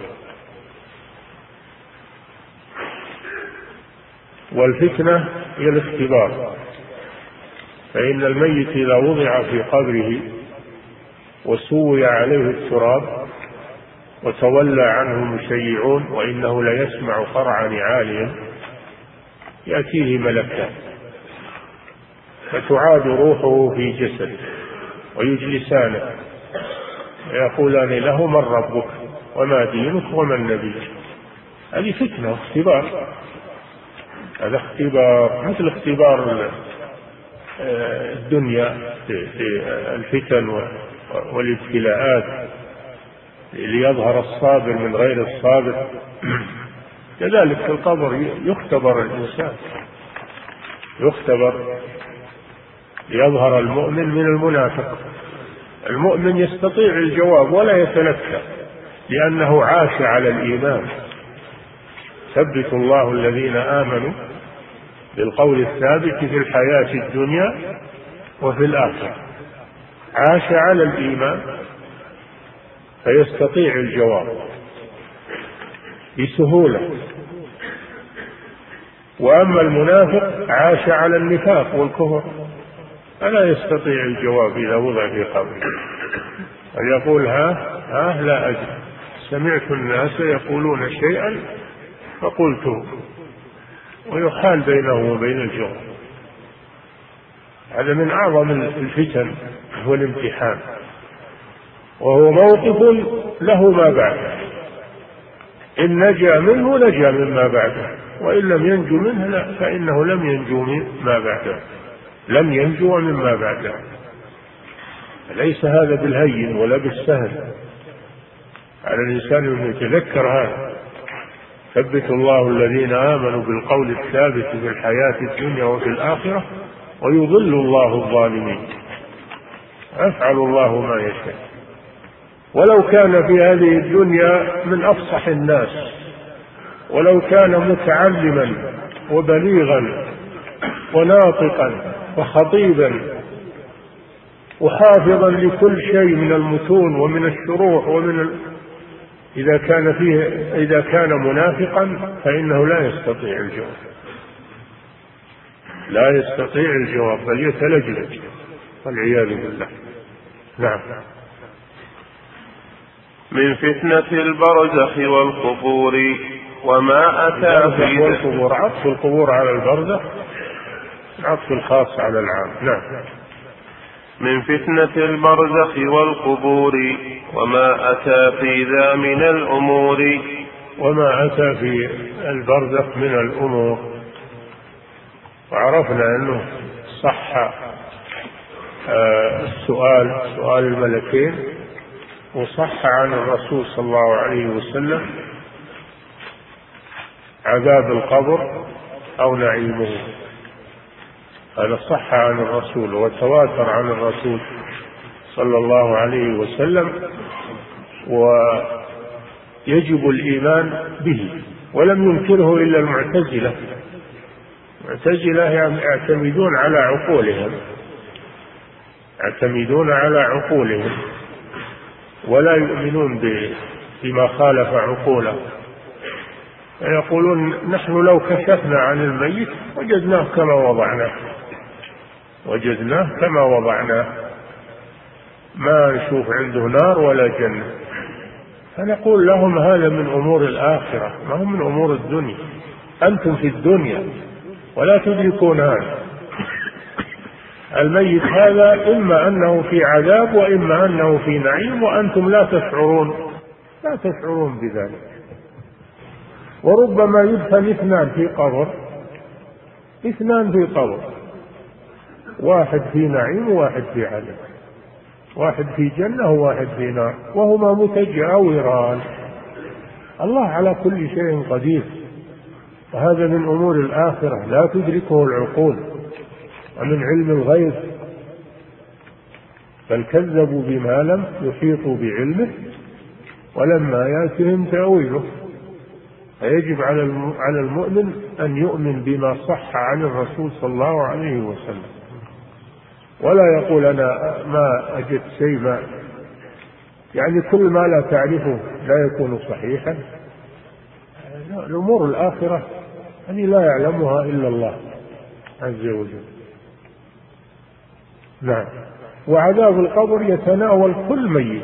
والفتنة هي الاختبار، فإن الميت إذا وضع في قبره وسوي عليه التراب وتولى عنه المشيعون وإنه ليسمع قرع نعالهم، يأتيه ملكان فتعاد روحه في جسد ويجلسانه ويقولان له: من ربك وما دينك ومن نبيك. هذه فتنة واختبار، هذا اختبار مثل اختبار الدنيا في الفتن والابتلاءات ليظهر الصابر من غير الصابر. كذلك في القبر يختبر الإنسان، يختبر ليظهر المؤمن من المنافق. المؤمن يستطيع الجواب ولا يتلكى لأنه عاش على الإيمان. ثبت الله الذين آمنوا بالقول الثابت في الحياة الدنيا وفي الآخرة. عاش على الإيمان فيستطيع الجواب بسهولة. وأما المنافق عاش على النفاق والكفر فلا يستطيع الجواب إذا وضع في قبره، يقول: ها لا أدري، سمعت الناس يقولون شيئا فقلته، ويحال بينه وبين الجواب. هذا من أعظم الفتن والامتحان، وهو موقف له ما بعده، إن نجا منه نجا مما بعده، وإن لم ينجو منه لا، فإنه لم ينجو مما بعده، لم ينجو مما بعده. ليس هذا بالهين ولا بالسهل، على الإنسان أن يتذكر هذا. ثبت الله الذين آمنوا بالقول الثابت في الحياة الدنيا وفي الآخرة ويضل الله الظالمين. يفعل الله ما يشاء. ولو كان في هذه الدنيا من أفصح الناس، ولو كان متعلما وبليغا وناطقا وخطيبا وحافظا لكل شيء من المتون ومن الشروح إذا كان منافقا فإنه لا يستطيع الجواب، لا يستطيع الجواب بل يتلجلج والعياذ بالله. نعم. من فتنة البرزخ والقبور وما أتى في والقبور، عطف القبور على البرزخ عطف الخاص على العام. نعم. من فتنة البرزخ والقبور وما أتى في ذا من الأمور. وما أتى في البرزخ من الأمور. وعرفنا أنه صح سؤال الملكين، وصح عن الرسول صلى الله عليه وسلم عذاب القبر أو نعيمه. هذا صح عن الرسول وتواتر عن الرسول صلى الله عليه وسلم، ويجب الإيمان به، ولم ينكره إلا المعتزلة. المعتزلة يعتمدون على عقولهم ولا يؤمنون بما خالف عقوله، يقولون نحن لو كشفنا عن الميت وجدناه كما وضعناه، ما نشوف عنده نار ولا جنة. فنقول لهم هذا من أمور الآخرة، ما هو من أمور الدنيا. أنتم في الدنيا ولا تدركون هذا. الميت هذا إما أنه في عذاب وإما أنه في نعيم، وأنتم لا تشعرون بذلك. وربما يدفن اثنان في قبر، واحد في نعيم وواحد في عذاب، واحد في جنة وواحد في نار، وهما متجاوران. الله على كل شيء قدير، وهذا من أمور الآخرة لا تدركه العقول، ومن علم الغيب. بل كذبوا بما لم يحيطوا بعلمه ولما يأتهم تأويله. فيجب على المؤمن أن يؤمن بما صح عن الرسول صلى الله عليه وسلم، ولا يقول أنا ما أجد شيء، يعني كل ما لا تعرفه لا يكون صحيحا. الأمور الآخرة يعني لا يعلمها إلا الله عز وجل. نعم. وعذاب القبر يتناول كل ميت،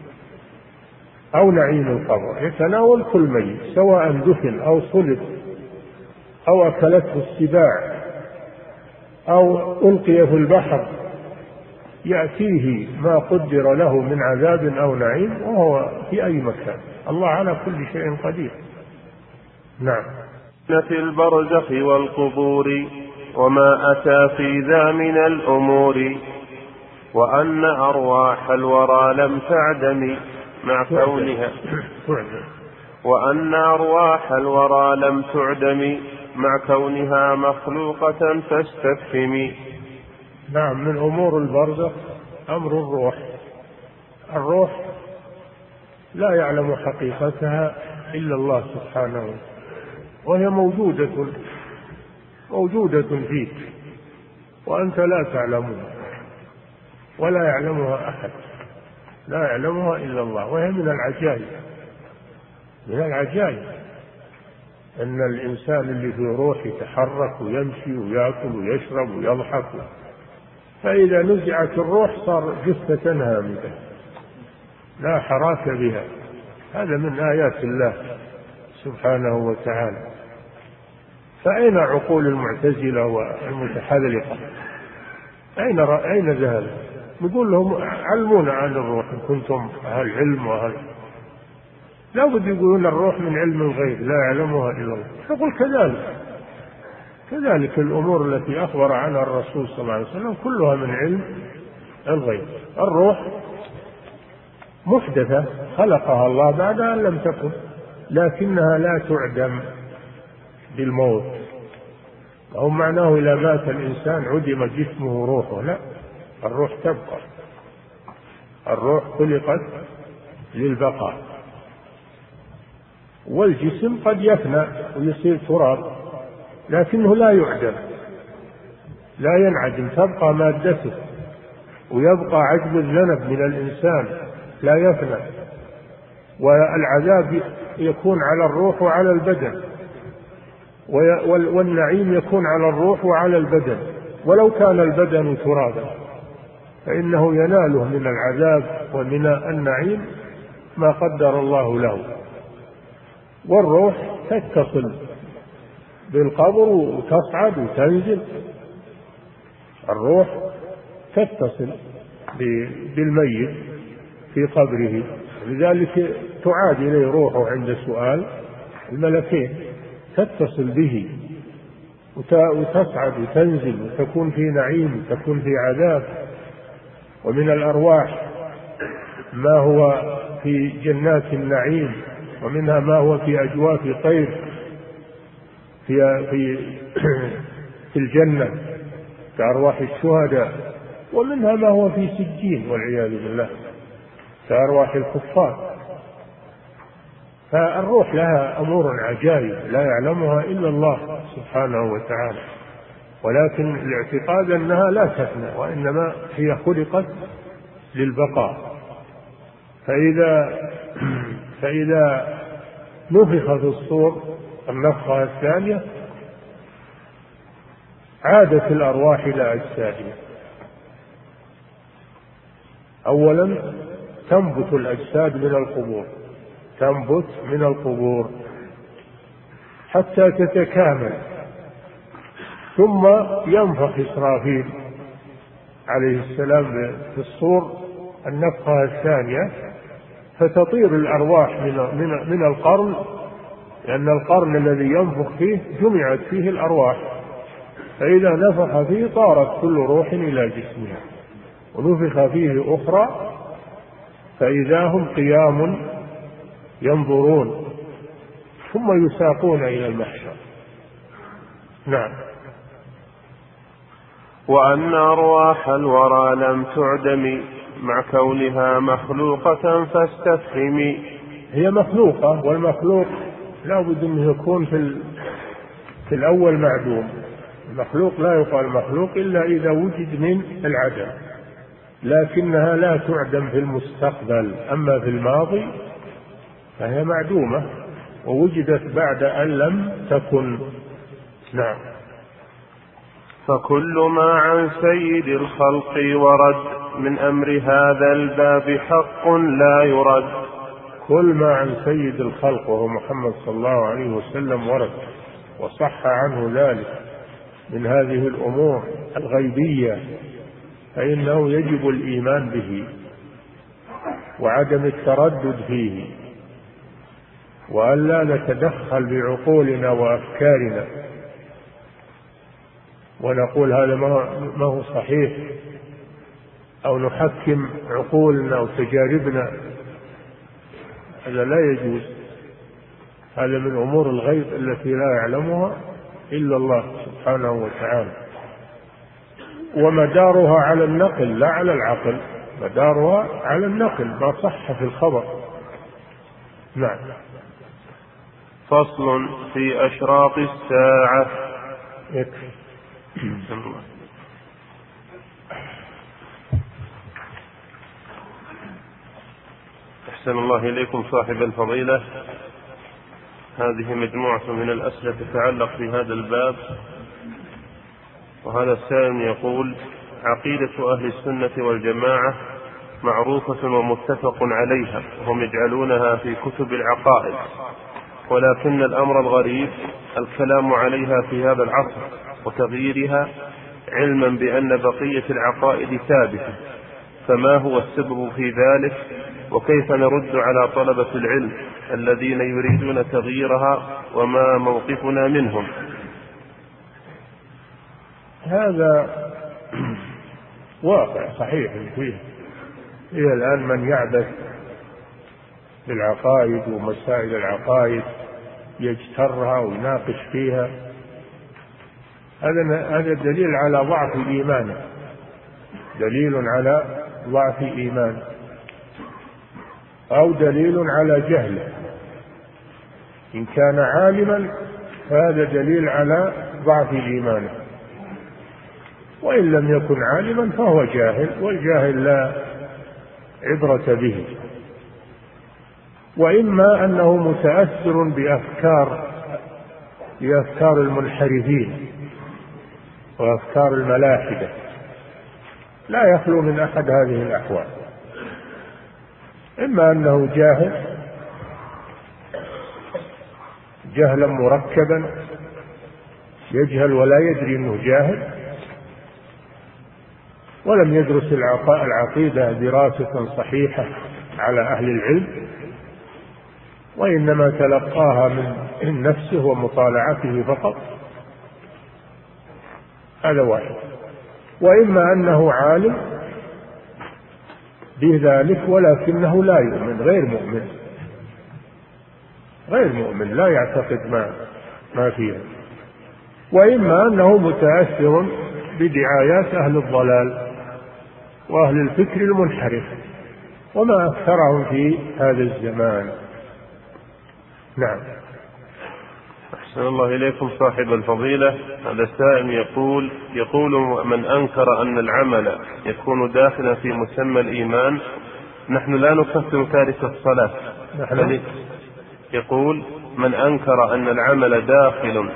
أو نعيم القبر يتناول كل ميت، سواء دفن أو صلب أو أكلته السباع أو ألقي في البحر، يأتيه ما قدر له من عذاب أو نعيم وهو في أي مكان. الله على كل شيء قدير. نعم. في البرزخ والقبور وما أتى في ذا من الأمور، وأن أرواح الورى لم تعدم مع كونها مخلوقة فاستفهم. نعم. من أمور البرزخ أمر الروح لا يعلم حقيقتها إلا الله سبحانه، وهي موجودة فيك وأنت لا تعلمها، ولا يعلمها أحد، لا يعلمها إلا الله. وهي من العجائب أن الإنسان اللي في روح يتحرك ويمشي ويأكل ويشرب ويضحك، فإذا نزعت الروح صار جثة هامدة لا حراك بها. هذا من آيات الله سبحانه وتعالى. فأين عقول المعتزلة والمتحذلقة؟ أين ذهبوا؟ نقول لهم علمونا عن الروح إن كنتم أهل علم لا بد يقولون الروح من علم الغيب لا يعلمها إلا الله. نقول كذلك الأمور التي أخبر عنها الرسول صلى الله عليه وسلم كلها من علم الغيب. الروح محدثة خلقها الله بعد أن لم تكن، لكنها لا تعدم بالموت. أو معناه إذا مات الإنسان عدم جسمه روحه، لا، الروح تبقى. الروح خلقت للبقاء، والجسم قد يفنى ويصير تراب، لكنه لا يعدم لا ينعدم، تبقى مادته ويبقى عجب الذنب من الإنسان لا يفنى. والعذاب يكون على الروح وعلى البدن، والنعيم يكون على الروح وعلى البدن، ولو كان البدن ترابا فإنه يناله من العذاب ومن النعيم ما قدر الله له. والروح تتصل بالقبر وتصعد وتنزل الروح تتصل بالميت في قبره، لذلك تعاد إليه روحه عند سؤال الملكين، تتصل به وتصعد وتنزل وتكون في نعيم وتكون في عذاب. ومن الأرواح ما هو في جنات النعيم، ومنها ما هو في أجواف طير في الجنة كأرواح الشهداء، ومنها ما هو في سجين والعياذ بالله كأرواح الكفار. فالروح لها أمور عجائب لا يعلمها إلا الله سبحانه وتعالى، ولكن الاعتقاد أنها لا تفنى، وإنما هي خلقت للبقاء. فإذا نفخ في الصور النفخة الثانية عادت الأرواح إلى أجسادها. أولا تنبت الأجساد من القبور حتى تتكامل، ثم ينفخ إسرافيل عليه السلام في الصور النفخة الثانية، فتطير الأرواح من القرن، لأن القرن الذي ينفخ فيه جمعت فيه الأرواح، فإذا نفخ فيه طارت كل روح إلى جسمها، ونفخ فيه أخرى فإذا هم قيام ينظرون، ثم يساقون إلى المحشر. نعم. وأن أرواح الورى لم تعدم مع كونها مخلوقة فاستفهمي. هي مخلوقة، والمخلوق لا بد أن يكون في الأول معدوم. المخلوق لا يقال مخلوق إلا إذا وجد من العدم، لكنها لا تعدم في المستقبل، أما في الماضي فهي معدومة ووجدت بعد أن لم تكن. نعم. فكل ما عن سيد الخلق ورد من أمر هذا الباب حق لا يرد. كل ما عن سيد الخلق وهو محمد صلى الله عليه وسلم ورد وصح عنه ذلك من هذه الأمور الغيبية، فإنه يجب الإيمان به وعدم التردد فيه، وألا نتدخل بعقولنا وأفكارنا ونقول هذا ما هو صحيح، أو نحكم عقولنا وتجاربنا، هذا لا يجوز. هذا من أمور الغيب التي لا يعلمها إلا الله سبحانه وتعالى، ومدارها على النقل لا على العقل، مدارها على النقل ما صح في الخبر. نعم. فصل في أشراط الساعة. يكفي. أحسن الله إليكم صاحب الفضيلة. هذه مجموعة من الأسئلة تتعلق في هذا الباب، وهذا السائل يقول: عقيدة أهل السنة والجماعة معروفة ومتفق عليها، وهم يجعلونها في كتب العقائد، ولكن الأمر الغريب الكلام عليها في هذا العصر وتغييرها، علما بأن بقية العقائد ثابتة، فما هو السبب في ذلك؟ وكيف نرد على طلبة العلم الذين يريدون تغييرها؟ وما موقفنا منهم؟ هذا واقع صحيح فيه. إلى الآن من يعبث بالعقائد ومسائل العقائد يجترها ويناقش فيها، هذا دليل على ضعف إيمانه، دليل على ضعف إيمانه، أو دليل على جهله. إن كان عالما فهذا دليل على ضعف إيمانه، وإن لم يكن عالما فهو جاهل، والجاهل لا عبرة به. وإما أنه متأثر بأفكار المنحرفين وأفكار الملاحدة، لا يخلو من أحد هذه الأحوال. إما أنه جاهل جهلا مركبا، يجهل ولا يدري أنه جاهل، ولم يدرس العقيدة دراسة صحيحة على أهل العلم، وإنما تلقاها من نفسه ومطالعته فقط، هذا واحد. وإما أنه عالم بذلك ولكنه لا يؤمن، غير مؤمن لا يعتقد ما فيها. وإما أنه متأثر بدعايات أهل الضلال وأهل الفكر المنحرف، وما أكثرهم في هذا الزمان. نعم. أحسن الله إليكم صاحب الفضيلة. هذا سائل يقول من أنكر أن العمل يكون داخلا في مسمى الإيمان، نحن لا نكفر تارك الصلاة. يقول من أنكر أن العمل داخل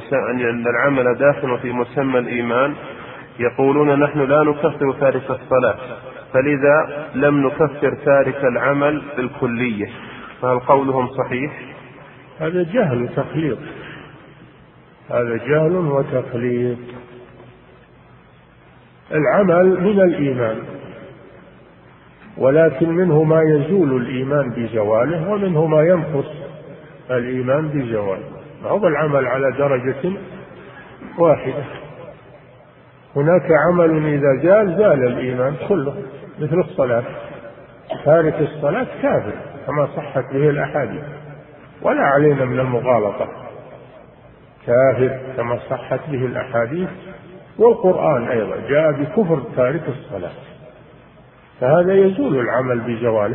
في مسمى الإيمان، يقولون نحن لا نكفر تارك الصلاة، فلذا لم نكفر تارك العمل بالكلية، فهل قولهم صحيح؟ هذا جهل وتخليط، هذا جهل وتخليط. العمل من الإيمان، ولكن منه ما يزول الإيمان بزواله، ومنه ما ينقص الإيمان بزواله، ما هو العمل على درجة واحدة. هناك عمل إذا زال الإيمان كله، مثل الصلاة، تارك الصلاة كافر كما صحت به الأحاديث، ولا علينا من المغالطة، كافر كما صحت به الأحاديث، والقرآن أيضا جاء بكفر تارك الصلاة، فهذا يزول العمل بزواله.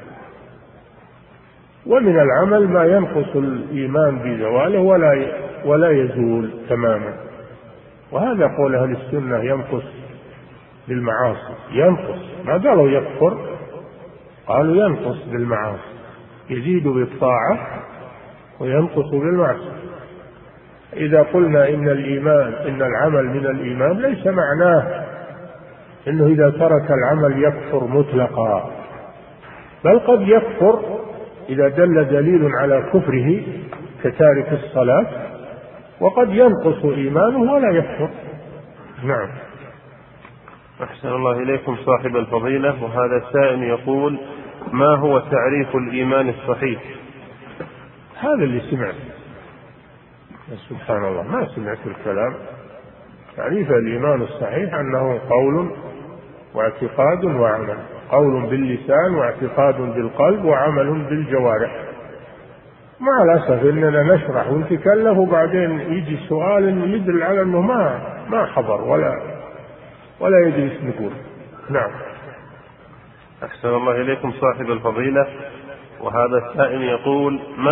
ومن العمل ما ينقص الإيمان بزواله ولا يزول تماما، وهذا قول أهل السنة ينقص بالمعاصي، ينقص، ما قالوا يكفر، قالوا ينقص بالمعاصي، يزيد بالطاعة وينقص بالمعصية. إذا قلنا إن العمل من الإيمان، ليس معناه إنه إذا ترك العمل يكفر مطلقا، بل قد يكفر إذا دل دليل على كفره كتارك الصلاة، وقد ينقص إيمانه ولا يكفر. نعم. أحسن الله إليكم صاحب الفضيلة. وهذا السائل يقول ما هو تعريف الإيمان الصحيح؟ هذا اللي سمعت، سبحان الله ما سمعت الكلام. تعريف الإيمان الصحيح أنه قول واعتقاد وعمل، قول باللسان واعتقاد بالقلب وعمل بالجوارح. مع الأسف إننا نشرح ونتكلم وبعدين يجي سؤال يدل على أنه ما حضر ولا يجلس نقول. نعم. أحسن الله إليكم صاحب الفضيلة. وهذا السائل يقول ما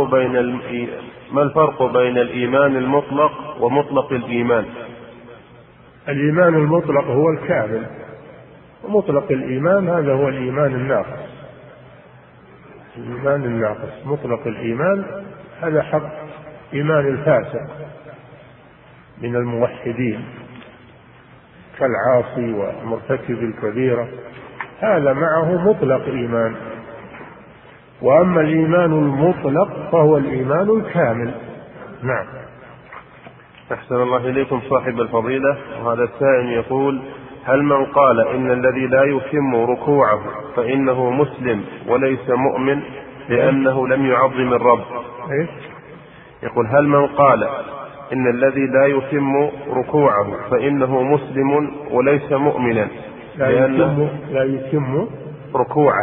الفرق بين الإيمان المطلق ومطلق الإيمان؟ الإيمان المطلق هو الكامل، ومطلق الإيمان هذا هو الإيمان الناقص. الإيمان الناقص، مطلق الإيمان هذا حق إيمان الفاسق من الموحدين كالعاصي ومرتكب الكبيرة، هذا معه مطلق إيمان. وأما الإيمان المطلق فهو الإيمان الكامل. نعم. أحسن الله إليكم صاحب الفضيلة. وهذا السائل يقول هل من قال إن الذي لا يتم ركوعه فإنه مسلم وليس مؤمن لأنه لم يعظم الرب؟ يقول هل من قال إن الذي لا يتم ركوعه فإنه مسلم وليس مؤمنا لا يتم ركوعه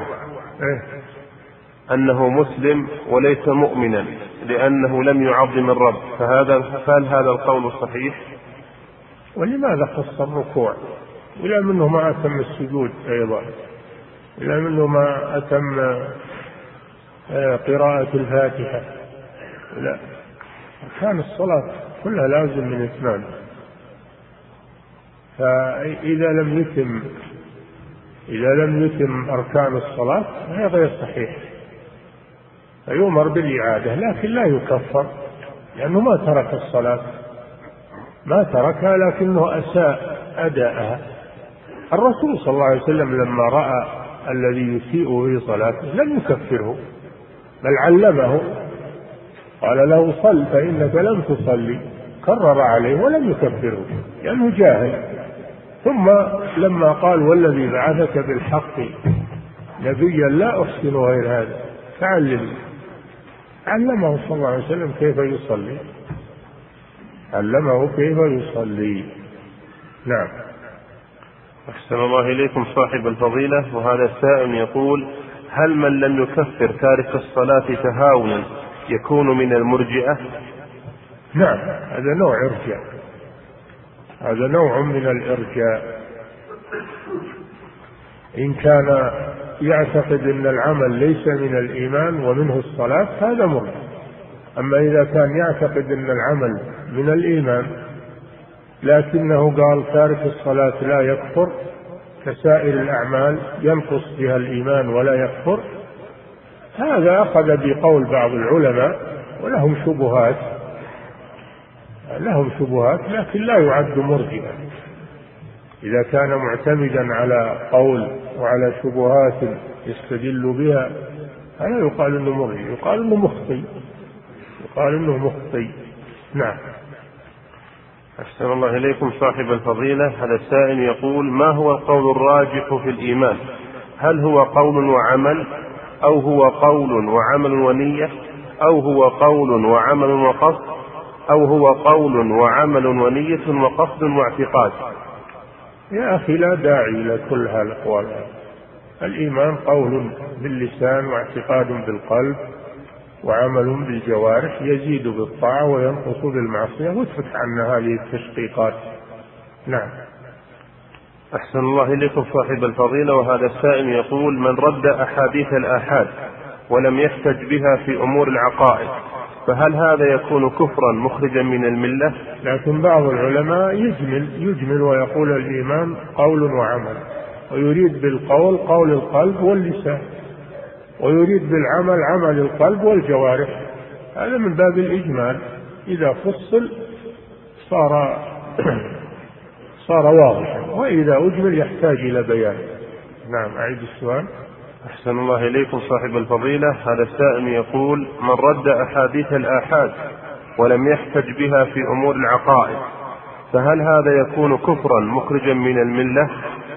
أنه مسلم وليس مؤمنا لأنه لم يعظم الرب، فهل هذا القول صحيح؟ ولماذا خص الركوع؟ إلى منه ما أتم السجود أيضا، إلى منه ما أتم قراءة الفاتحة. لا، كان الصلاة كلها لازم من إتمام، فإذا لم يتم أركان الصلاة فهي غير صحيح، فيؤمر بالإعادة، لكن لا يكفر لأنه ما ترك الصلاة، ما تركها لكنه أساء أداءها. الرسول صلى الله عليه وسلم لما رأى الذي يسيء في صلاته لم يكفره، بل علمه، قال له صل فإنك لم تصلي، كرر عليه ولم يكفره لأنه جاهل. ثم لما قال والذي بعثك بالحق نبيا لا أحسن غير هذا فعلمني، علمه صلى الله عليه وسلم كيف يصلي، علمه كيف يصلي. نعم. أحسن الله إليكم صاحب الفضيلة. وهذا السائل يقول: هل من لم يكفر تارك الصلاة تهاونا يكون من المرجئة؟ نعم، هذا نوع إرجاء، هذا نوع من الإرجاء. إن كان يعتقد أن العمل ليس من الإيمان ومنه الصلاة هذا مرجئ. أما إذا كان يعتقد أن العمل من الإيمان لكنه قال تارك الصلاة لا يكفر كسائر الأعمال ينقص بها الإيمان ولا يكفر، هذا أخذ بقول بعض العلماء ولهم شبهات، لكن لا يعد مرجئا. إذا كان معتمدا على قول وعلى شبهات يستدل بها هذا يقال انه مرجئ، يقال انه مخطئ. نعم. أحسن الله إليكم صاحب الفضيلة. هذا السائل يقول: ما هو القول الراجح في الإيمان؟ هل هو قول وعمل، أو هو قول وعمل ونية، أو هو قول وعمل وقصد، أو هو قول وعمل ونية وقصد واعتقاد؟ يا أخي لا داعي إلى كل هالأقوال. الإيمان قول باللسان واعتقاد بالقلب وعمل بالجوارح، يزيد بالطاعة وينقص بالمعصية، واتفك عنا هذه التشقيقات. نعم. أحسن الله إليكم صاحب الفضيلة. وهذا السائل يقول: من رد أحاديث الآحاد ولم يحتج بها في أمور العقائد فهل هذا يكون كفرا مخرجا من الملة؟ لكن بعض العلماء يجمل ويقول الإيمان قول وعمل، ويريد بالقول قول القلب واللسان، ويريد بالعمل عمل القلب والجوارح. هذا من باب الإجمال، إذا فصل صار واضحا، وإذا أجمل يحتاج إلى بيان. نعم. أعيد السؤال. أحسن الله إليكم صاحب الفضيلة. هذا السائل يقول: من رد أحاديث الآحاد ولم يحتج بها في أمور العقائد فهل هذا يكون كفرا مخرجا من الملة؟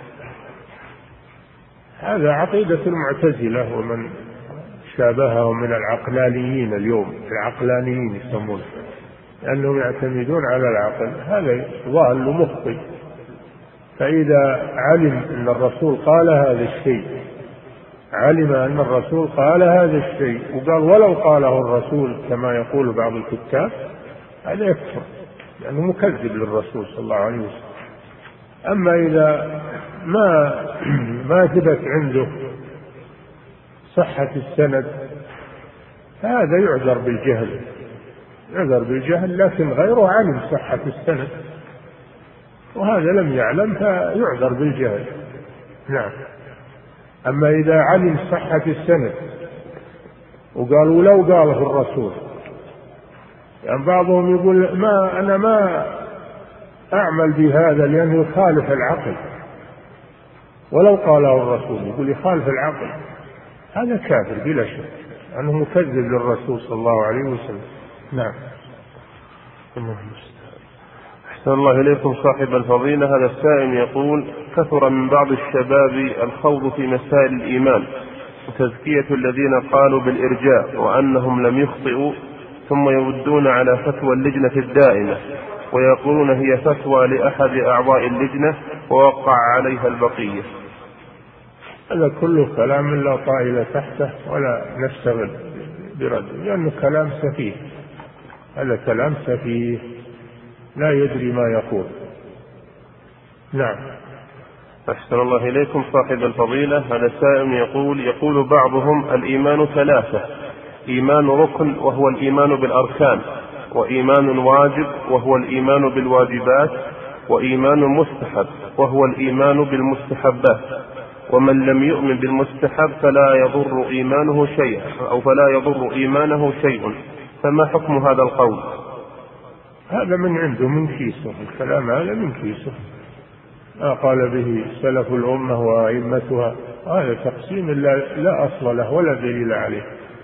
هذا عقيدة المعتزلة ومن شابههم من العقلانيين اليوم، العقلانيين يسمون، لأنهم يعتمدون على العقل. هذا ضال مخطئ. فإذا علم أن الرسول قال هذا الشيء، علم أن الرسول قال هذا الشيء وقال ولو قاله الرسول كما يقول بعض الكتاب، هذا يكفر لأنه مكذب للرسول صلى الله عليه وسلم. أما إذا ما ثبت عنده صحة السند فهذا يعذر بالجهل، لكن غيره علم صحة السند وهذا لم يعلم فيعذر بالجهل. نعم. أما إذا علم صحة السند وقالوا لو قاله الرسول، يعني بعضهم يقول أنا ما أعمل بهذا لأنه يخالف العقل، ولو قاله الرسول يقول يخالف العقل، هذا كافر بلا شك، أنه مكذب للرسول صلى الله عليه وسلم. نعم. أحسن الله إليكم صاحب الفضيلة. هذا السائل يقول: كثر من بعض الشباب الخوض في مسائل الإيمان وتزكية الذين قالوا بالإرجاء وأنهم لم يخطئوا، ثم يردون على فتوى اللجنة الدائمة ويقولون هي فتوى لأحد أعضاء اللجنة ووقع عليها البقية. هذا كله كلام لا طائل تحته ولا نشتغل برده، لأنه كلام سفيه، هذا كلام سفيه لا يدري ما يقول. نعم. أحسن الله إليكم صاحب الفضيلة. هذا سائل يقول بعضهم الإيمان ثلاثة: إيمان ركن وهو الإيمان بالأركان، وإيمان واجب وهو الإيمان بالواجبات، وإيمان مستحب وهو الإيمان بالمستحبات، ومن لم يؤمن بالمستحب فلا يضر إيمانه شيء، فما حكم هذا القول؟ هذا من عنده من كيسه، الكلام هذا من كيسه، ما قال به سلف الأمة وأئمتها، هذا تقسيم لا أصل له ولا دليل عليه.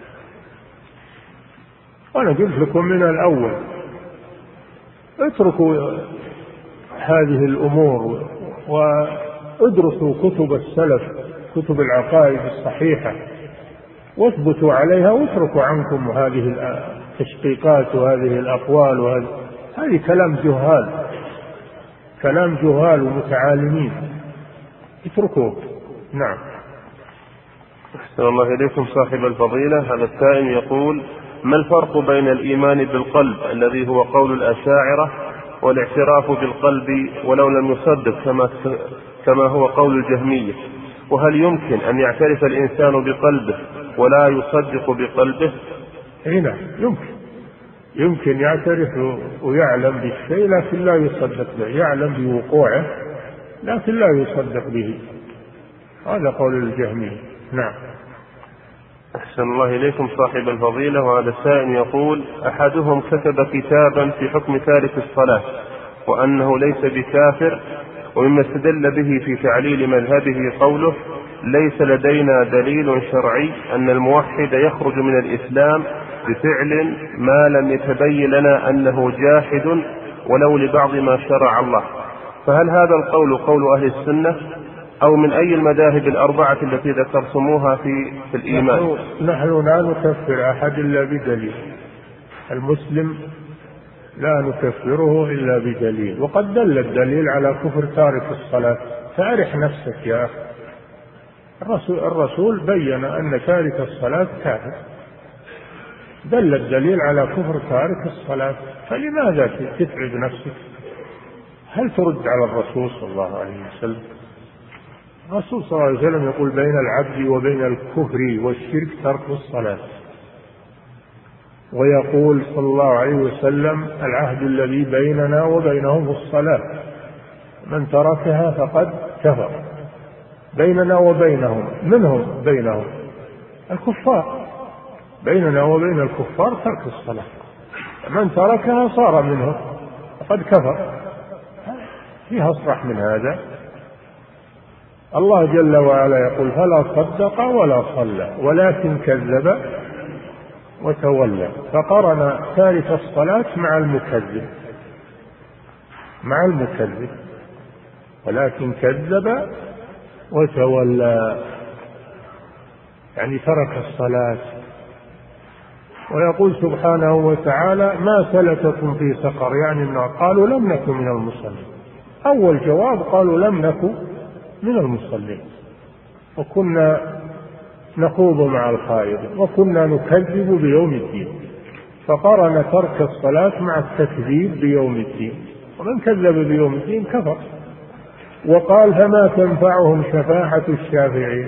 وأنا قلت لكم من الأول اتركوا هذه الأمور وادرسوا كتب السلف، كتب العقائد الصحيحة، واثبتوا عليها، واتركوا عنكم هذه التشقيقات وهذه الأقوال، هذه كلام جهال، كلام جهال ومتعالمين، اتركوه. نعم. أحسن الله إليكم صاحب الفضيلة. هذا السائل يقول: ما الفرق بين الإيمان بالقلب الذي هو قول الأشاعرة والاعتراف بالقلب ولو لم يصدق كما هو قول الجهمية؟ وهل يمكن أن يعترف الإنسان بقلبه ولا يصدق بقلبه؟ هنا يمكن يعترف ويعلم بالشيء لكن لا يصدق به، يعلم بوقوعه لكن لا يصدق به، هذا قول الجهمية. نعم. أحسن الله إليكم صاحب الفضيلة. وهذا السائل يقول: أحدهم كتب كتابا في حكم تارك الصلاة وأنه ليس بكافر، ومما استدل به في تعليل مذهبه قوله: ليس لدينا دليل شرعي أن الموحد يخرج من الإسلام بفعل ما لم يتبين لنا أنه جاحد ولو لبعض ما شرع الله. فهل هذا القول قول أهل السنة أو من أي المذاهب الأربعة التي ذكرتموها في الإيمان؟ نحن لا نكفر أحد إلا بدليل، المسلم لا نكفره إلا بدليل، وقد دل الدليل على كفر تارك الصلاة، فأرح نفسك يا أخي. الرسول بين أن تارك الصلاة كافر، دل الدليل على كفر تارك الصلاة، فلماذا تتعب نفسك؟ هل ترد على الرسول صلى الله عليه وسلم؟ الرسول صلى الله عليه وسلم يقول: بين العبد وبين الكفر والشرك ترك الصلاة. ويقول صلى الله عليه وسلم: العهد الذي بيننا وبينهم الصلاة، من تركها فقد كفر. بيننا وبينهم، منهم بينهم الكفار، بيننا وبين الكفار ترك الصلاة، من تركها صار منهم فقد كفر. فيها أصرح من هذا؟ الله جل وعلا يقول: فلا صدق ولا صلى ولكن كذب وتولى، فقرن تارك الصلاة مع المكذب، ولكن كذب وتولى، يعني ترك الصلاة. ويقول سبحانه وتعالى: ما سلككم في سقر، يعني النار، قالوا لم نكن من المصلين. أول جواب قالوا لم نكن من المصلين، وكنا نخوض مع الخائضين، وكنا نكذب بيوم الدين، فقرن ترك الصلاة مع التكذيب بيوم الدين، ومن كذب بيوم الدين كفر. وقال: فما تنفعهم شفاعة الشافعين.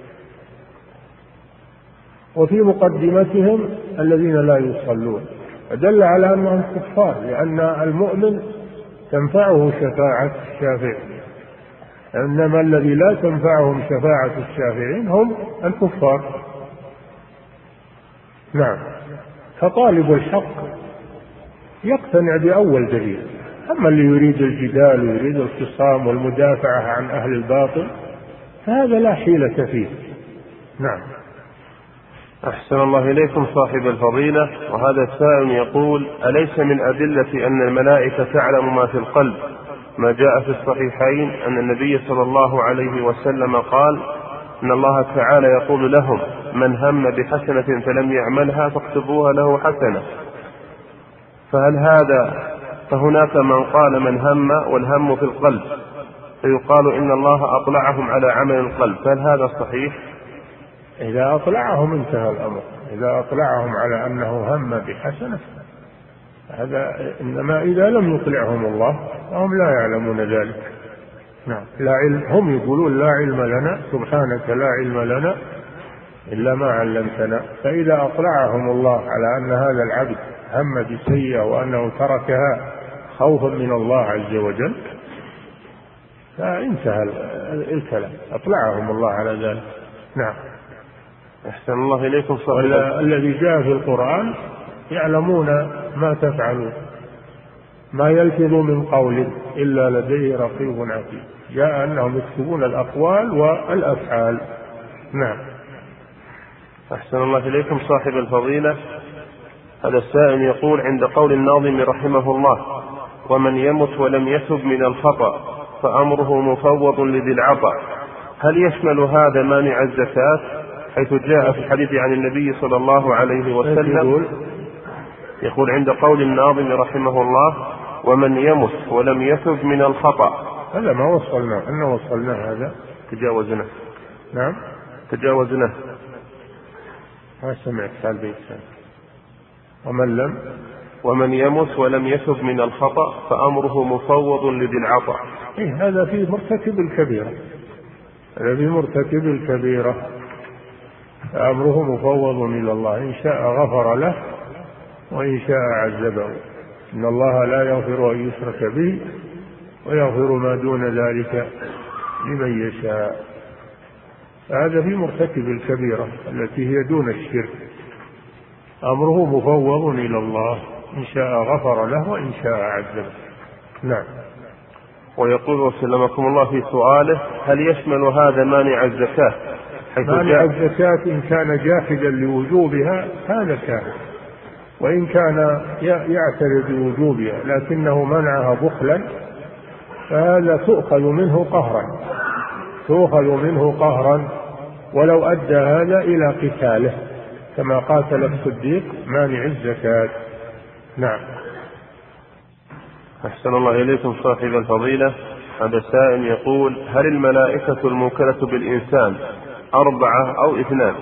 وفي مقدمتهم الذين لا يصلون، فدل على أنهم كفار، لأن المؤمن تنفعه شفاعة الشافعين، إنما الذي لا تنفعهم شفاعة الشافعين هم الكفار. نعم. فطالب الحق يقتنع بأول دليل، أما اللي يريد الجدال ويريد الخصام والمدافعة عن أهل الباطل فهذا لا حيلة فيه. نعم. أحسن الله إليكم صاحب الفضيلة. وهذا السائل يقول: أليس من أدلة أن الملائكة تعلم ما في القلب ما جاء في الصحيحين أن النبي صلى الله عليه وسلم قال: إن الله تعالى يقول لهم: من هم بحسنة فلم يعملها فاكتبوها له حسنة. فهناك من قال من هم والهم في القلب، فيقال إن الله أطلعهم على عمل القلب، فهل هذا صحيح؟ إذا أطلعهم انتهى الأمر، إذا أطلعهم على أنه هم بحسنة هذا، إنما إذا لم يطلعهم الله فهم لا يعلمون ذلك. نعم. لا علم، هم يقولون: لا علم لنا، سبحانك لا علم لنا إلا ما علمتنا. فإذا أطلعهم الله على أن هذا العبد هم بسيئة وأنه تركها خوفا من الله عز وجل فانتهى الكلام، أطلعهم الله على ذلك. نعم. أحسن الله إليكم الذي جاء في القرآن: يعلمون ما تفعلون، ما يلفظ من قول إلا لديه رقيب عتيد، جاء أنهم يكتبون الأقوال والأفعال. نعم. أحسن الله إليكم صاحب الفضيلة. هذا السائل يقول: عند قول الناظم رحمه الله: ومن يمت ولم يتب من الخطأ فأمره مفوض لذي العطاء، هل يشمل هذا مانع الزكاة؟ حيث جاء في الحديث عن النبي صلى الله عليه وسلم يقول عند قول الناظم رحمه الله: ومن يمت ولم يتب من الخطأ. هذا ما وصلنا، أنه وصلنا هذا تجاوزنا. نعم تجاوزنا. ما سمعت البيت. ومن يمت ولم يتب من الخطأ فأمره مفوض لذي العطاء. هذا في مرتكب الكبيرة، هذا في مرتكب الكبيرة، فأمره مفوض إلى الله، إن شاء غفر له وإن شاء عذبه، إن الله لا يغفر أن يشرك به ويغفر ما دون ذلك لمن يشاء. هذا في مرتكب الكبيرة التي هي دون الشرك، أمره مفوض إلى الله، إن شاء غفر له وإن شاء عذبه. نعم. ويقول وسلمكم الله في سؤاله: هل يشمل هذا مانع الزكاة؟ مانع الزكاة إن كان جاحدا لوجوبها هذا كافر، وإن كان يعترض بوجوبها لكنه منعها بخلا فهذا تؤخذ منه قهرا ولو أدى هذا إلى قتاله كما قاتل الصديق مانع الزكاة. نعم. أحسن الله إليكم صاحب الفضيلة. هذا سائل يقول: هل الملائكة الموكلة بالإنسان 4 أو 2؟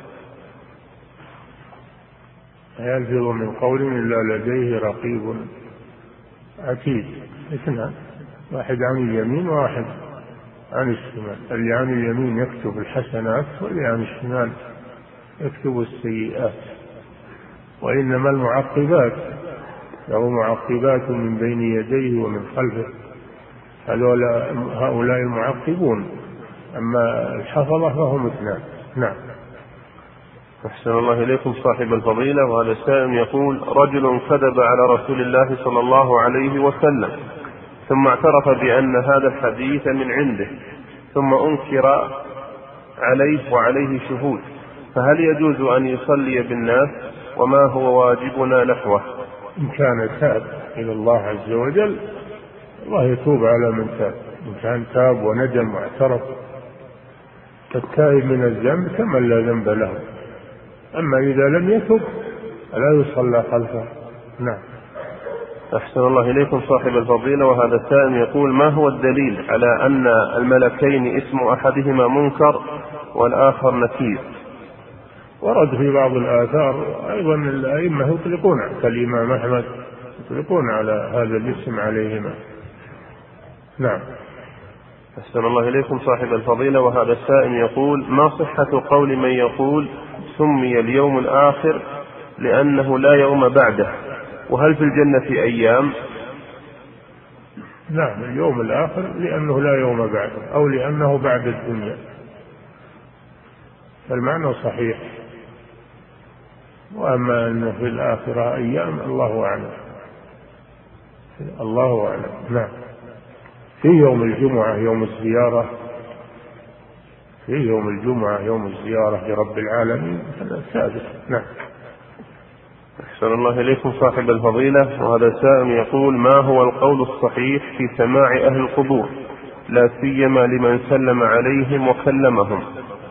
يلفظ من قول إلا لديه رقيب عتيد. 2، واحد عن اليمين وواحد عن الشمال. اللي عن اليمين يكتب الحسنات واللي عن الشمال يكتب السيئات. وإنما المعقبات له معقبات من بين يديه ومن خلفه، هؤلاء المعقبون، أما الحفظة فهم 2. نعم. أحسن الله إليكم صاحب الفضيلة. وهذا سائل يقول: رجل كذب على رسول الله صلى الله عليه وسلم ثم اعترف بأن هذا الحديث من عنده ثم أنكر عليه وعليه شهود، فهل يجوز أن يصلي بالناس؟ وما هو واجبنا نحوه؟ إن كان تاب إلى الله عز وجل الله يتوب على من تاب، إن كان تاب وندم واعترف، فالتائب من الذنب كمن لا ذنب له. أما إذا لم يتب فلا يصلى خلفه. نعم. أحسن الله إليكم صاحب الفضيلة. وهذا السائل يقول: ما هو الدليل على أن الملكين اسم أحدهما منكر والآخر نكير؟ ورد في بعض الآثار أيضا الأئمة يطلقون كالإمام أحمد يطلقون على هذا الاسم عليهما. نعم. أحسن الله إليكم صاحب الفضيلة. وهذا السائل يقول: ما صحة قول من يقول سمي اليوم الآخر لأنه لا يوم بعده، وهل في الجنة أيام؟ نعم، اليوم الآخر لأنه لا يوم بعده أو لأنه بعد الدنيا، فالمعنى صحيح. وأما أنه في الآخرة أيام الله أعلم. الله أعلم. نعم. في يوم الجمعة يوم الزيارة، في يوم الجمعة يوم الزيارة لرب العالمين، هذا ثابت. نعم. أحسن الله إليكم صاحب الفضيلة. وهذا سائل يقول: ما هو القول الصحيح في سماع أهل القبور لا سيما لمن سلم عليهم وكلمهم؟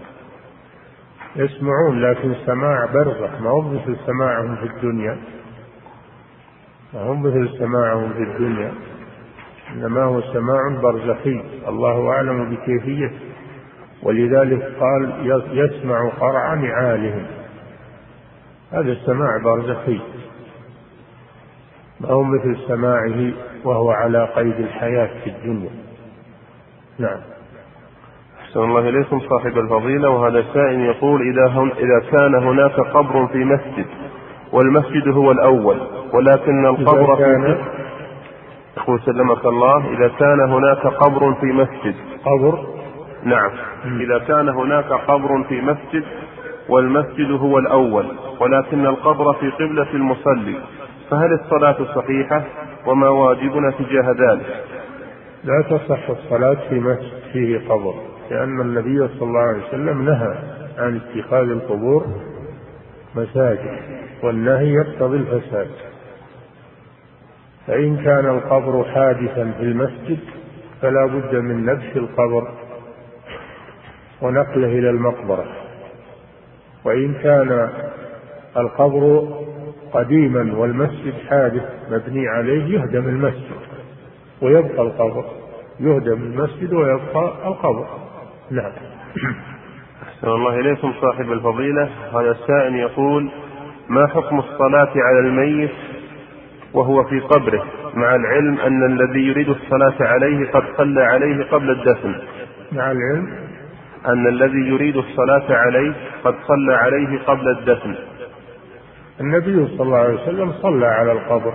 يسمعون لكن سماع برزخ، ما هو مثل سماعهم في الدنيا، ما هم مثل سماعهم في الدنيا، إنما هو سماع برزخي الله أعلم بكيفيته، ولذلك قال يسمع قرع نعالهم، هذا السماع برزخي، ما هو مثل سماعه وهو على قيد الحياة في الدنيا. نعم. أحسن الله إليكم صاحب الفضيلة. وهذا سائل يقول: إذا كان هناك قبر في مسجد والمسجد هو الأول ولكن القبر في يقول سلمك الله: إذا كان هناك قبر في مسجد نعم. إذا كان هناك قبر في مسجد والمسجد هو الأول ولكن القبر في قبلة المصلي، فهل الصلاة صحيحة؟ وما واجبنا تجاه ذلك؟ لا تصح الصلاة في مسجد فيه قبر، لأن النبي صلى الله عليه وسلم نهى عن اتخاذ القبور مساجد، والنهي يقتضي الفساد. فإن كان القبر حادثا في المسجد فلا بد من نبش القبر ونقله إلى المقبرة. وإن كان القبر قديما والمسجد حادث مبني عليه يهدم المسجد ويبقى القبر، يهدم المسجد ويبقى القبر. نعم. أحسن الله إليكم صاحب الفضيلة. هذا السائل يقول: ما حكم الصلاة على الميت وهو في قبره مع العلم أن الذي يريد الصلاة عليه قد صلى عليه قبل الدفن؟ مع العلم أن الذي يريد الصلاة عليه قد صلى عليه قبل الدفن. النبي صلى الله عليه وسلم صلى على القبر،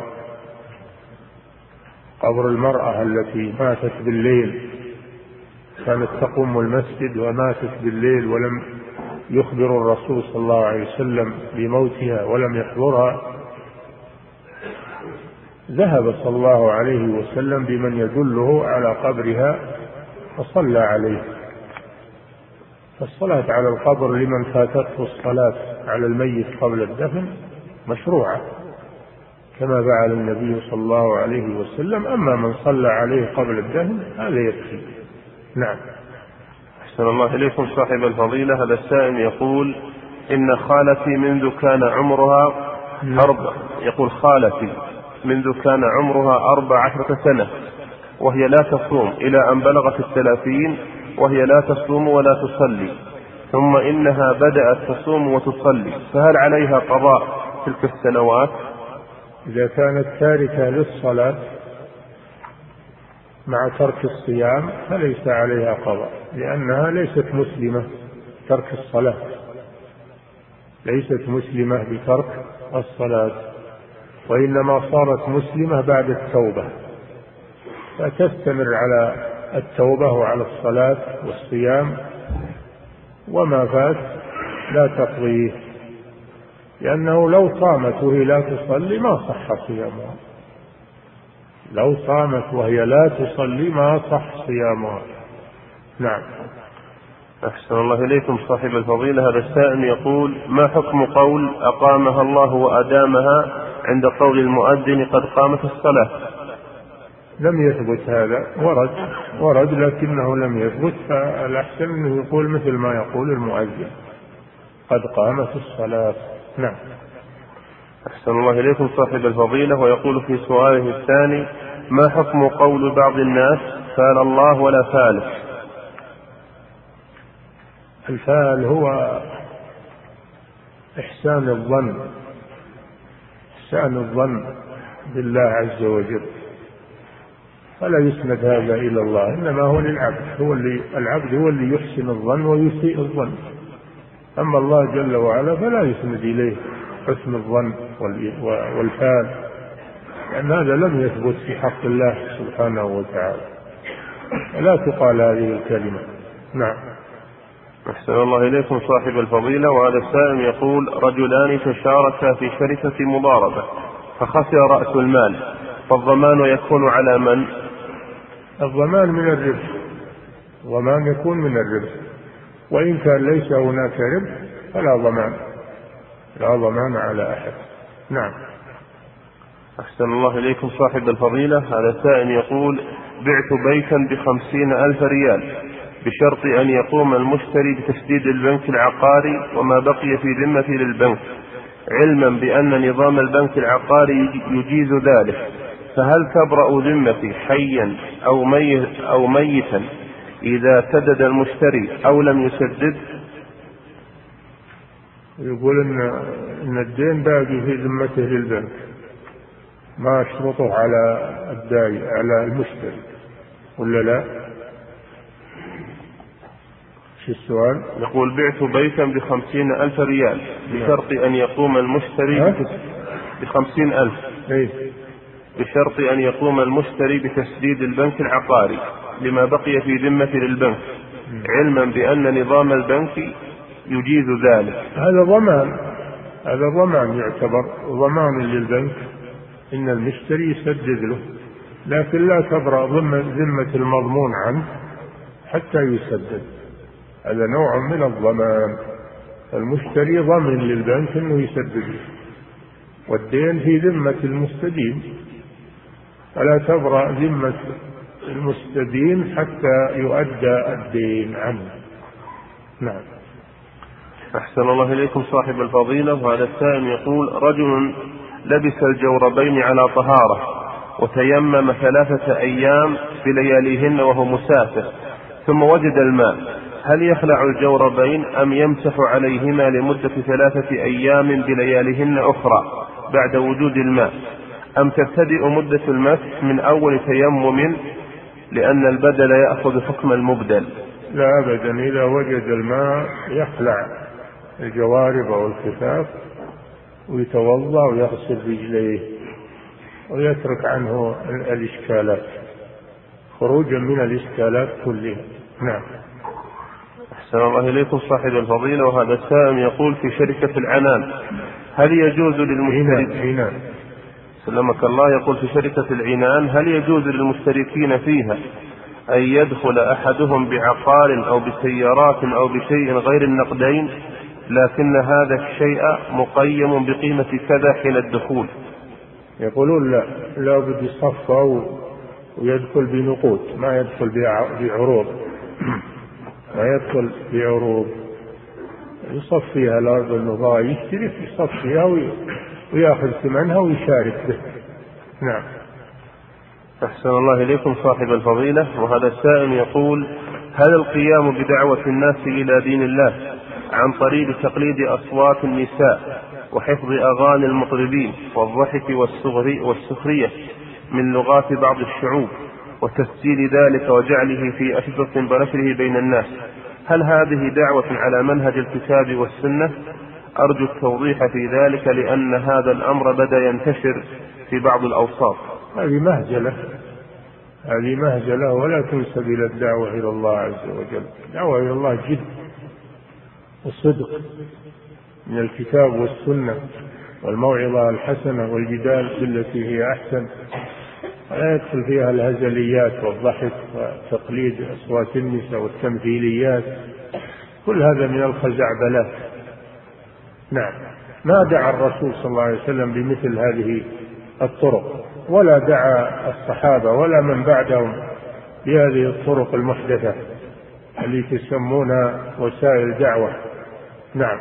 قبر المرأة التي ماتت بالليل، كانت تقوم المسجد وماتت بالليل ولم يخبر الرسول صلى الله عليه وسلم بموتها ولم يحضرها، ذهب صلى الله عليه وسلم بمن يدله على قبرها فصلى عليه. فالصلاة على القبر لمن فاتته الصلاة على الميت قبل الدفن مشروعة كما فعل النبي صلى الله عليه وسلم. أما من صلى عليه قبل الدفن هذا يكفي. نعم. أحسن الله إليكم صاحب الفضيلة. هذا السائل يقول: إن خالتي منذ كان عمرها يقول خالتي منذ كان عمرها 14 سنة وهي لا تصوم إلى أن بلغت 30 وهي لا تصوم ولا تصلي، ثم إنها بدأت تصوم وتصلي، فهل عليها قضاء تلك السنوات؟ إذا كانت تاركة للصلاة مع ترك الصيام فليس عليها قضاء، لأنها ليست مسلمة ترك الصلاة، ليست مسلمة بترك الصلاة، وإنما صارت مسلمة بعد التوبة، فتستمر على التوبة وعلى الصلاة والصيام، وما فات لا تقضيه، لأنه لو صامت وهي لا تصلي ما صح صيامها، لو صامت وهي لا تصلي ما صح صيامها. نعم. أحسن الله إليكم صاحب الفضيلة. هذا السائل يقول: ما حكم قول أقامها الله وأدامها عند قول المؤذن قد قامت الصلاة؟ لم يثبت هذا، ورد لكنه لم يثبت، فالأحسن أنه يقول مثل ما يقول المؤذن قد قامت الصلاة. نعم. أحسن الله إليكم صاحب الفضيلة. ويقول في سؤاله الثاني: ما حكم قول بعض الناس فال الله ولا فالك؟ الفال هو إحسان الظن بالله عز وجل، فلا يسند هذا إلى الله، إنما هو للعبد، العبد هو اللي يحسن الظن ويسيء الظن، أما الله جل وعلا فلا يسند إليه حسن الظن والفال، لأن هذا لم يثبت في حق الله سبحانه وتعالى، لا تقال هذه الكلمة. نعم. أحسن الله إليكم صاحب الفضيلة. وهذا السائل يقول: رجلان تشاركا في شركة مضاربة فخسر رأس المال، فالضمان يكون على من؟ الضمان من الربح، الضمان يكون من الربح، وإن كان ليس هناك ربح لا ضمان على أحد. نعم. أحسن الله إليكم صاحب الفضيلة. هذا سائل يقول: بعت بيتا ب50,000 ريال بشرط أن يقوم المشتري بتسديد البنك العقاري وما بقي في ذمتي للبنك، علما بأن نظام البنك العقاري يجيز ذلك، فهل تبرأ ذمتي حيا أو ميتا إذا سدد المشتري أو لم يسدد؟ يقول إن الدين باقي في ذمته للبنك، ما أشرطه على الداعي على المشتري، ولا لا؟ شو السؤال؟ يقول: بعت بيتا ب50,000 ريال بشرط أن يقوم المشتري ب50,000 بشرط أن يقوم المشتري بتسديد البنك العقاري لما بقي في ذمة للبنك، علما بأن نظام البنك يجيز ذلك. هذا ضمان يعتبر ضمان للبنك إن المشتري يسدد له، لكن لا تبرأ ذمة المضمون عنه حتى يسدد، هذا نوع من الضمان. المشتري ضامن للبنك أنه يسدد، والدين في ذمة المستدين، فلا تبرأ ذمة المستدين حتى يؤدى الدين عنه. نعم. أحسن الله إليكم صاحب الفضيلة. وهذا السائل يقول: رجل لبس الجوربين على طهارة وتيمم 3 أيام بلياليهن وهو مسافر، ثم وجد الماء، هل يخلع الجوربين أم يمسح عليهما لمدة 3 أيام بلياليهن أخرى بعد وجود الماء، أم تبتدئ مدة المسح من أول تيمم لأن البدل يأخذ حكم المبدل؟ لا أبدا، إذا وجد الماء يخلع الجوارب أو الخفاف ويتوضأ ويغسل رجليه ويترك عنه الإشكالات خروجا من الإشكالات كلها. نعم. أحسن الله إليكم صاحب الفضيلة. وهذا السائل يقول: في شركة العنان هل يجوز للمشتركين سلمك الله، يقول: في شركة العنان هل يجوز للمشتركين فيها أن يدخل أحدهم بعقار أو بسيارات أو بشيء غير النقدين، لكن هذا الشيء مقيم بقيمة كذا حين الدخول؟ يقولون لا بد يصفى ويدخل بنقود، ما يدخل بعروض، ما يدخل بعروض، يصفيها الأرض النظام يشترك يصفيها ويأخذ ثمنها ويشارك به. نعم. أحسن الله إليكم صاحب الفضيلة. وهذا السائل يقول: هل القيام بدعوة الناس إلى دين الله عن طريق تقليد أصوات النساء وحفظ أغاني المطربين والضحك والسخرية من لغات بعض الشعوب وتسجيل ذلك وجعله في أشرطة ونشره بين الناس، هل هذه دعوة على منهج الكتاب والسنة؟ أرجو التوضيح في ذلك، لأن هذا الأمر بدأ ينتشر في بعض الأوساط. هذه مهزلة ولا تنسب إلى الدعوة إلى الله عز وجل. الدعوة إلى الله جد وصدق من الكتاب والسنة والموعظة الحسنة والجدال بالتي هي أحسن، ولا يدخل فيها الهزليات والضحك وتقليد أصوات النساء والتمثيليات، كل هذا من الخزعبلات. نعم. ما دعا الرسول صلى الله عليه وسلم بمثل هذه الطرق، ولا دعا الصحابة ولا من بعدهم بهذه الطرق المحدثة التي تسمونها وسائل دعوة. نعم.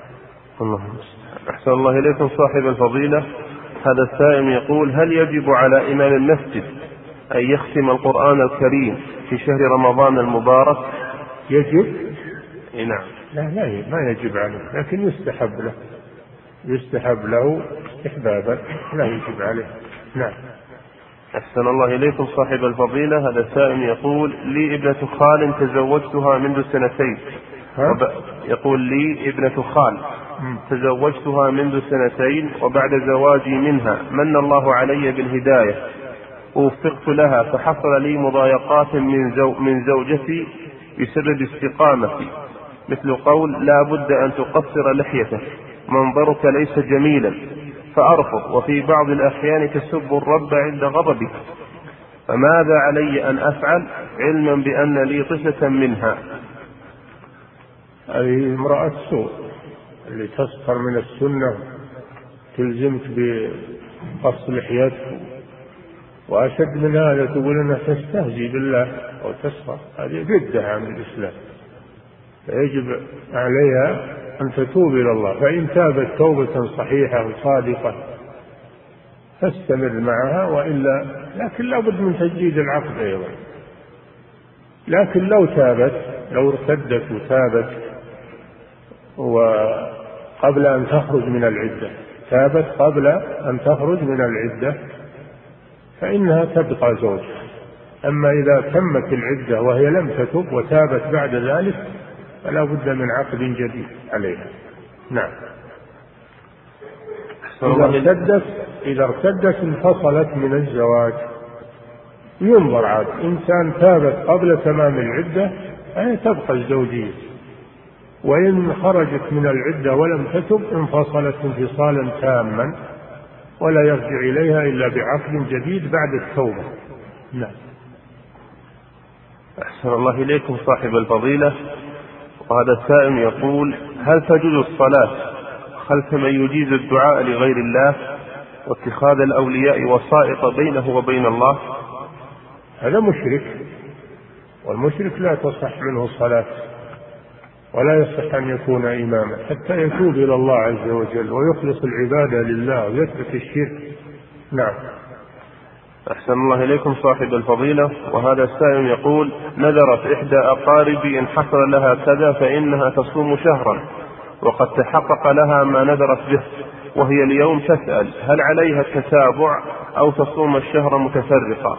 أحسن الله إليكم صاحب الفضيلة. هذا السائل يقول: هل يجب على إمام المسجد أن يختم القرآن الكريم في شهر رمضان المبارك؟ يجب؟ نعم. لا ما يجب عليه، لكن يستحب له استحبابا، لا يجب عليه. نعم. أحسن الله إليكم صاحب الفضيلة. هذا السائل يقول: لي ابنة خال تزوجتها منذ 2 سنين. يقول: لي ابنة خال تزوجتها منذ 2 سنين، وبعد زواجي منها من الله علي بالهداية ووفقت لها، فحصل لي مضايقات من زوجتي بسبب استقامتي، مثل قول: لا بد أن تقصر لحيتك، منظرك ليس جميلا، فأرفض، وفي بعض الأحيان تسب الرب عند غضبه، فماذا علي أن أفعل علما بأن لي طفلة منها؟ هذه امرأة سوء اللي تسخر من السنة، تلزمك بقص لحيتك، وأشد من هذا تقول أنها تستهزئ بالله أو تسخر، هذه ردة عن الإسلام. فيجب عليها أن تتوب إلى الله، فإن تابت توبة صحيحة وصادقة فاستمر معها، وإلا لكن لا بد من تجديد العقد أيضا. لكن لو ارتدت وتابت وقبل أن تخرج من العدة، تابت قبل أن تخرج من العدة، فإنها تبقى زوجها. أما إذا تمت العدة وهي لم تتب وتابت بعد ذلك فلا بد من عقد جديد عليها. نعم. إذا ارتدت انفصلت من الزواج، ينظر عاد إن كان تابت قبل تمام العدة فهي تبقى الزوجية، وإن خرجت من العدة ولم تتب انفصلت انفصالا تاما، ولا يرجع إليها إلا بعقد جديد بعد التوبة. نعم. أحسن الله إليكم صاحب الفضيلة. وهذا السائل يقول: هل تجوز الصلاة خلف من يجيز الدعاء لغير الله واتخاذ الأولياء وسائط بينه وبين الله؟ هذا مشرك، والمشرك لا تصح منه صلاة ولا يصح أن يكون إماما حتى يتوب إلى الله عز وجل ويخلص العبادة لله ويترك الشرك. نعم. أحسن الله إليكم صاحب الفضيلة، وهذا السائل يقول: نذرت إحدى أقاربي إن حصل لها كذا فإنها تصوم شهرا، وقد تحقق لها ما نذرت به، وهي اليوم تسأل هل عليها التتابع أو تصوم الشهر متفرقا؟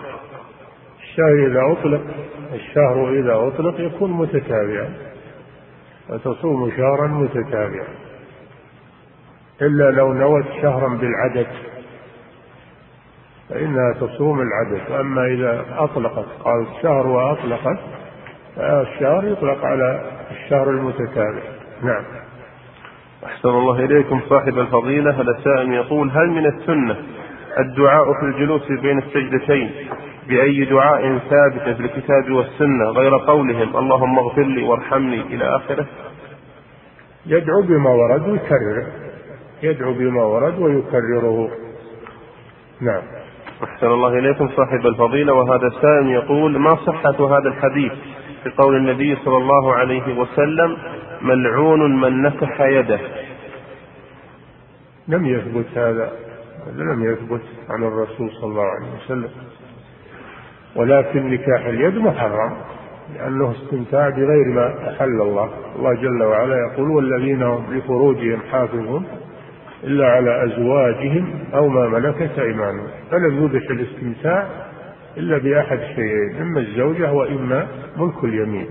الشهر إذا أطلق يكون متتابعا، وتصوم شهرا متتابعا، إلا لو نوت شهرا بالعدد فإنها تصوم العدد. أما إذا أطلقت قال الشهر وأطلقت فالشهر يطلق على الشهر المتتابع. نعم. أحسن الله إليكم صاحب الفضيلة، هذا السائل يقول: هل من السنة الدعاء في الجلوس بين السجدتين بأي دعاء ثابت في الكتاب والسنة غير قولهم اللهم اغفر لي وارحمني إلى آخره؟ يدعو بما ورد ويكرره. نعم. أحسن الله إليكم صاحب الفضيلة، وهذا السائل يقول: ما صحة هذا الحديث في قول النبي صلى الله عليه وسلم ملعون من نكح يده؟ لم يثبت عن الرسول صلى الله عليه وسلم، ولكن نكاح اليد محرم لأنه استمتاع بغير ما أحل الله. الله جل وعلا يقول: والذين هم لفروجهم حافظون إلا على أزواجهم أو ما ملكت أيمانهم، فلم يبح الاستمتاع إلا بأحد شيئين، إما الزوجة وإما ملك اليمين.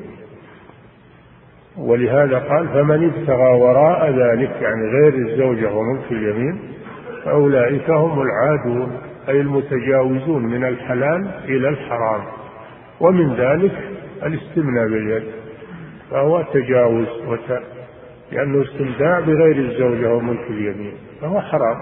ولهذا قال: فمن ابتغى وراء ذلك، يعني غير الزوجة وملك اليمين، فأولئك هم العادون، أي المتجاوزون من الحلال إلى الحرام، ومن ذلك الاستمناء باليد، فهو تجاوز لأنه استمتاع بغير الزوجة وملك اليمين فهو حرام.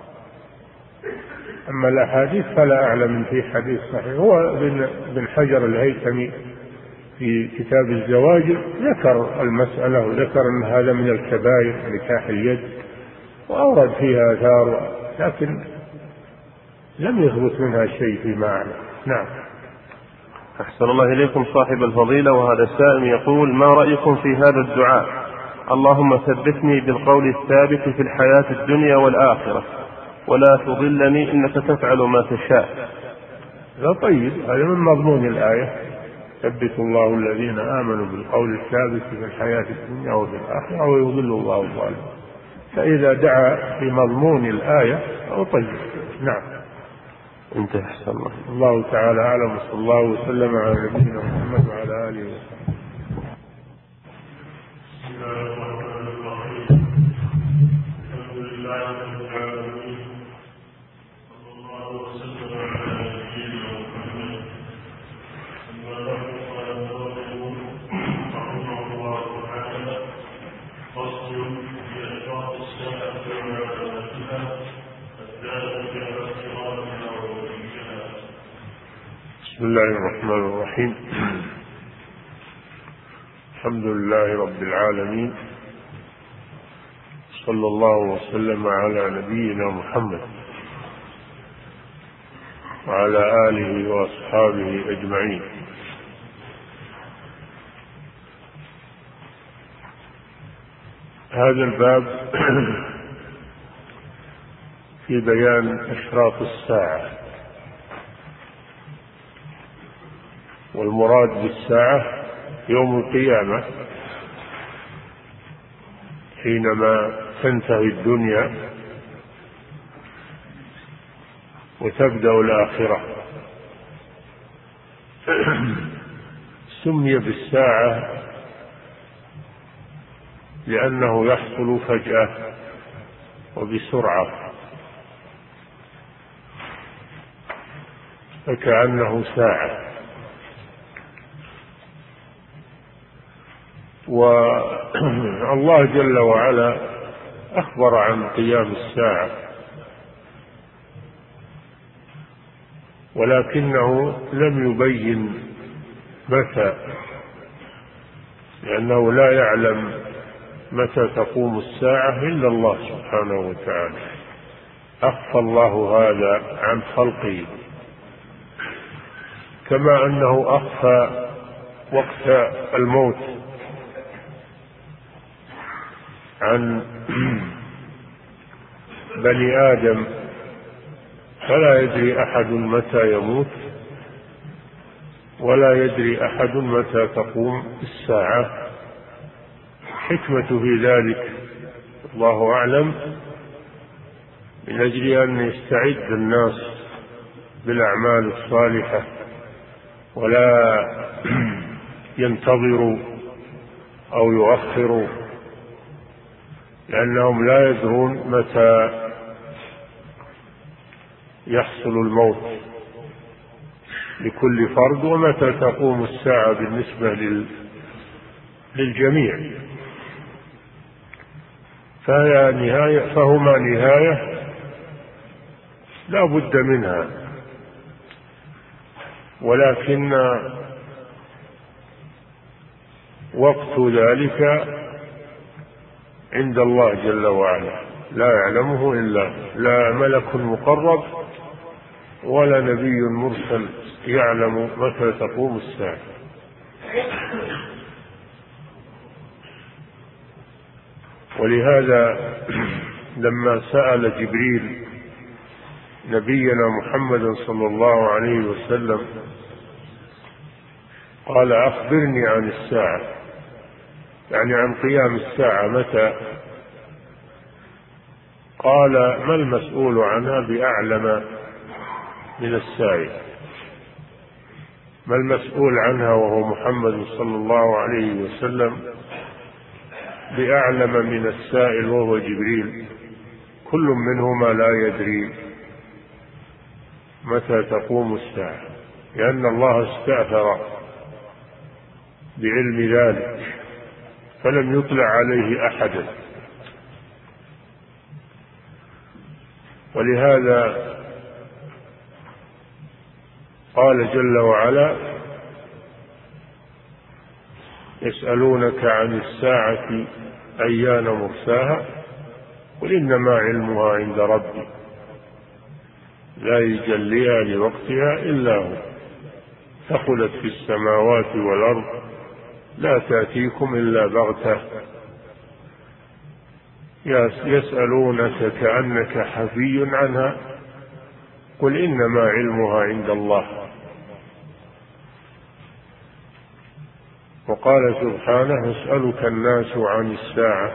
أما الأحاديث فلا أعلم في حديث صحيح. هو بن حجر الهيثمي في كتاب الزواج ذكر المسألة وذكر أن هذا من الكبائر نكاح اليد، وأورد فيها آثار، لكن لم يثبت منها شيء فيما أعلم. نعم. أحسن الله إليكم صاحب الفضيلة، وهذا السائل يقول: ما رأيكم في هذا الدعاء اللهم ثبتني بالقول الثابت في الحياة الدنيا والآخرة ولا تضلني إنك تفعل ما تشاء؟ لا طيب، هذا من مضمون الآية: ثبت الله الذين آمنوا بالقول الثابت في الحياة الدنيا وفي الآخرة ويضل الله الظالمين. فإذا دعا في مضمون الآية فهو طيب. نعم. انتهى. أحسن الله تعالى أعلم، وصلى الله وسلم على نبينا محمد وعلى آله وصحبه. بسم الله الرحمن الرحيم. الحمد لله رب العالمين، صلى الله وسلم على نبينا محمد وعلى آله وأصحابه أجمعين. هذا الباب في بيان أشراط الساعة، والمراد بالساعة يوم القيامة حينما تنتهي الدنيا وتبدأ الآخرة. سمي بالساعة لأنه يحصل فجأة وبسرعة، فكأنه ساعة. والله جل وعلا أخبر عن قيام الساعة، ولكنه لم يبين متى، لأنه لا يعلم متى تقوم الساعة إلا الله سبحانه وتعالى. أخفى الله هذا عن خلقه. كما أنه أخفى وقت الموت عن بني آدم، فلا يدري أحد متى يموت، ولا يدري أحد متى تقوم الساعة. حكمة في ذلك الله أعلم، من أجل أن يستعد الناس بالأعمال الصالحة ولا ينتظروا أو يؤخروا، لأنهم لا يدرون متى يحصل الموت لكل فرد ومتى تقوم الساعة بالنسبة للجميع. فهما نهاية لا بد منها، ولكن وقت ذلك عند الله جل وعلا، لا يعلمه إلا لا ملك مقرب ولا نبي مرسل يعلم متى تقوم الساعة. ولهذا لما سأل جبريل نبينا محمد صلى الله عليه وسلم قال أخبرني عن الساعة، يعني عن قيام الساعة متى؟ قال ما المسؤول عنها بأعلم من السائل. ما المسؤول عنها وهو محمد صلى الله عليه وسلم بأعلم من السائل وهو جبريل؟ كل منهما لا يدري متى تقوم الساعة، لأن الله استأثر بعلم ذلك فلم يطلع عليه أحدا. ولهذا قال جل وعلا يسألونك عن الساعة أيان مرساها قل إنما علمها عند ربي لا يجليها لوقتها إلا هو ثقلت في السماوات والأرض لا تأتيكم إلا بغتة يسألونك كأنك حفي عنها قل إنما علمها عند الله. وقال سبحانه يسألك الناس عن الساعة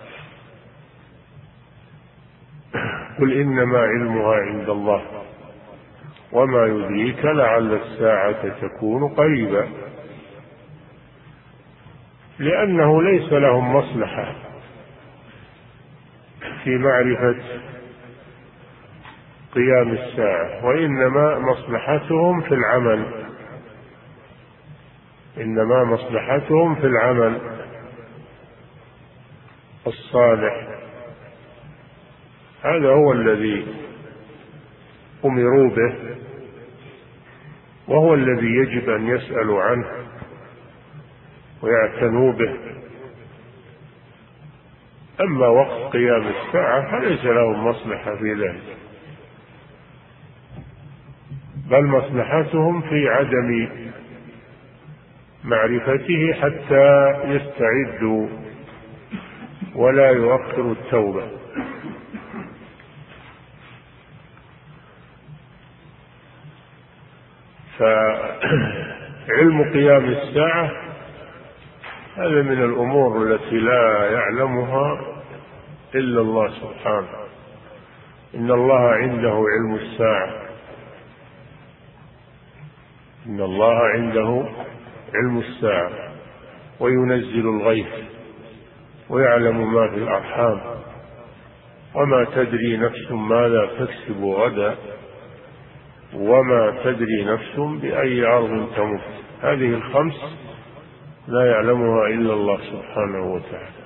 قل إنما علمها عند الله وما يدريك لعل الساعة تكون قريبا، لأنه ليس لهم مصلحة في معرفة قيام الساعة، وإنما مصلحتهم في العمل، إنما مصلحتهم في العمل الصالح. هذا هو الذي أمروا به وهو الذي يجب أن يسألوا عنه ويعتنوا به. أما وقت قيام الساعة فليس لهم مصلحة في ذلك، بل مصلحتهم في عدم معرفته حتى يستعدوا ولا يؤخروا التوبة. فعلم قيام الساعة هذا من الأمور التي لا يعلمها إلا الله سبحانه. إن الله عنده علم الساعة، إن الله عنده علم الساعة وينزل الغيث ويعلم ما في الأرحام وما تدري نفس ماذا تكسب غدا وما تدري نفس بأي أرض تموت. هذه الخمس لا يعلمها إلا الله سبحانه وتعالى،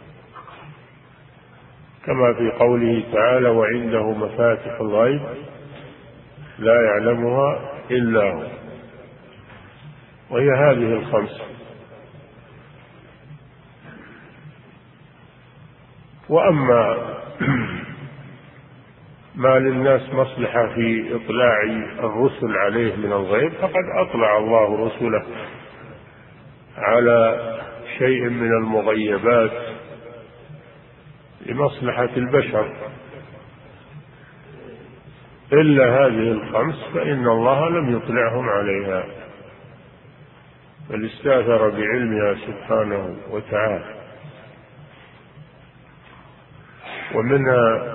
كما في قوله تعالى وعنده مفاتح الغيب لا يعلمها إلا هو، وهي هذه الخمس. وأما ما للناس مصلحة في إطلاع الرسل عليه من الغيب، فقد أطلع الله رسله على شيء من المغيبات لمصلحة البشر، إلا هذه الخمس فإن الله لم يطلعهم عليها، بل استأثر بعلمها سبحانه وتعالى. ومنها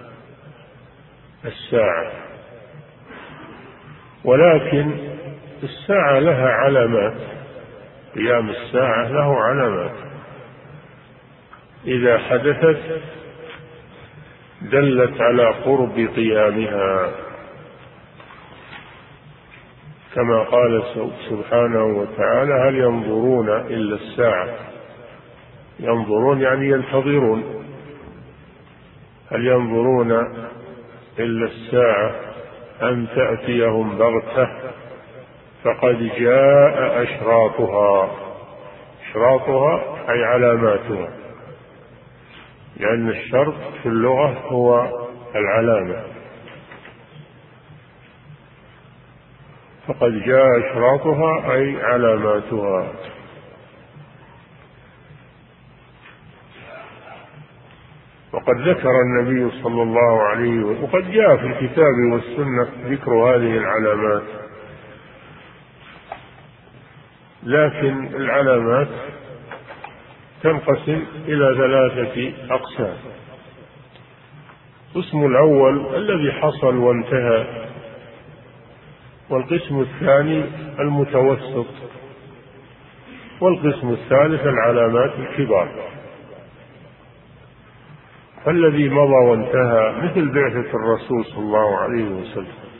الساعة، ولكن الساعة لها علامات، قيام الساعة له علامات، إذا حدثت دلت على قرب قيامها، كما قال سبحانه وتعالى: هل ينظرون إلا الساعة، ينظرون يعني ينتظرون، هل ينظرون إلا الساعة أن تأتيهم بغتة فقد جاء أشراطها، أشراطها أي علاماتها، لأن الشرط في اللغة هو العلامة، فقد جاء أشراطها أي علاماتها. وقد ذكر النبي صلى الله عليه وسلم، وقد جاء في الكتاب والسنة ذكر هذه العلامات، لكن العلامات تنقسم إلى 3 أقسام. القسم الأول الذي حصل وانتهى، والقسم الثاني المتوسط، والقسم الثالث العلامات الكبار. فالذي مضى وانتهى مثل بعثة الرسول صلى الله عليه وسلم،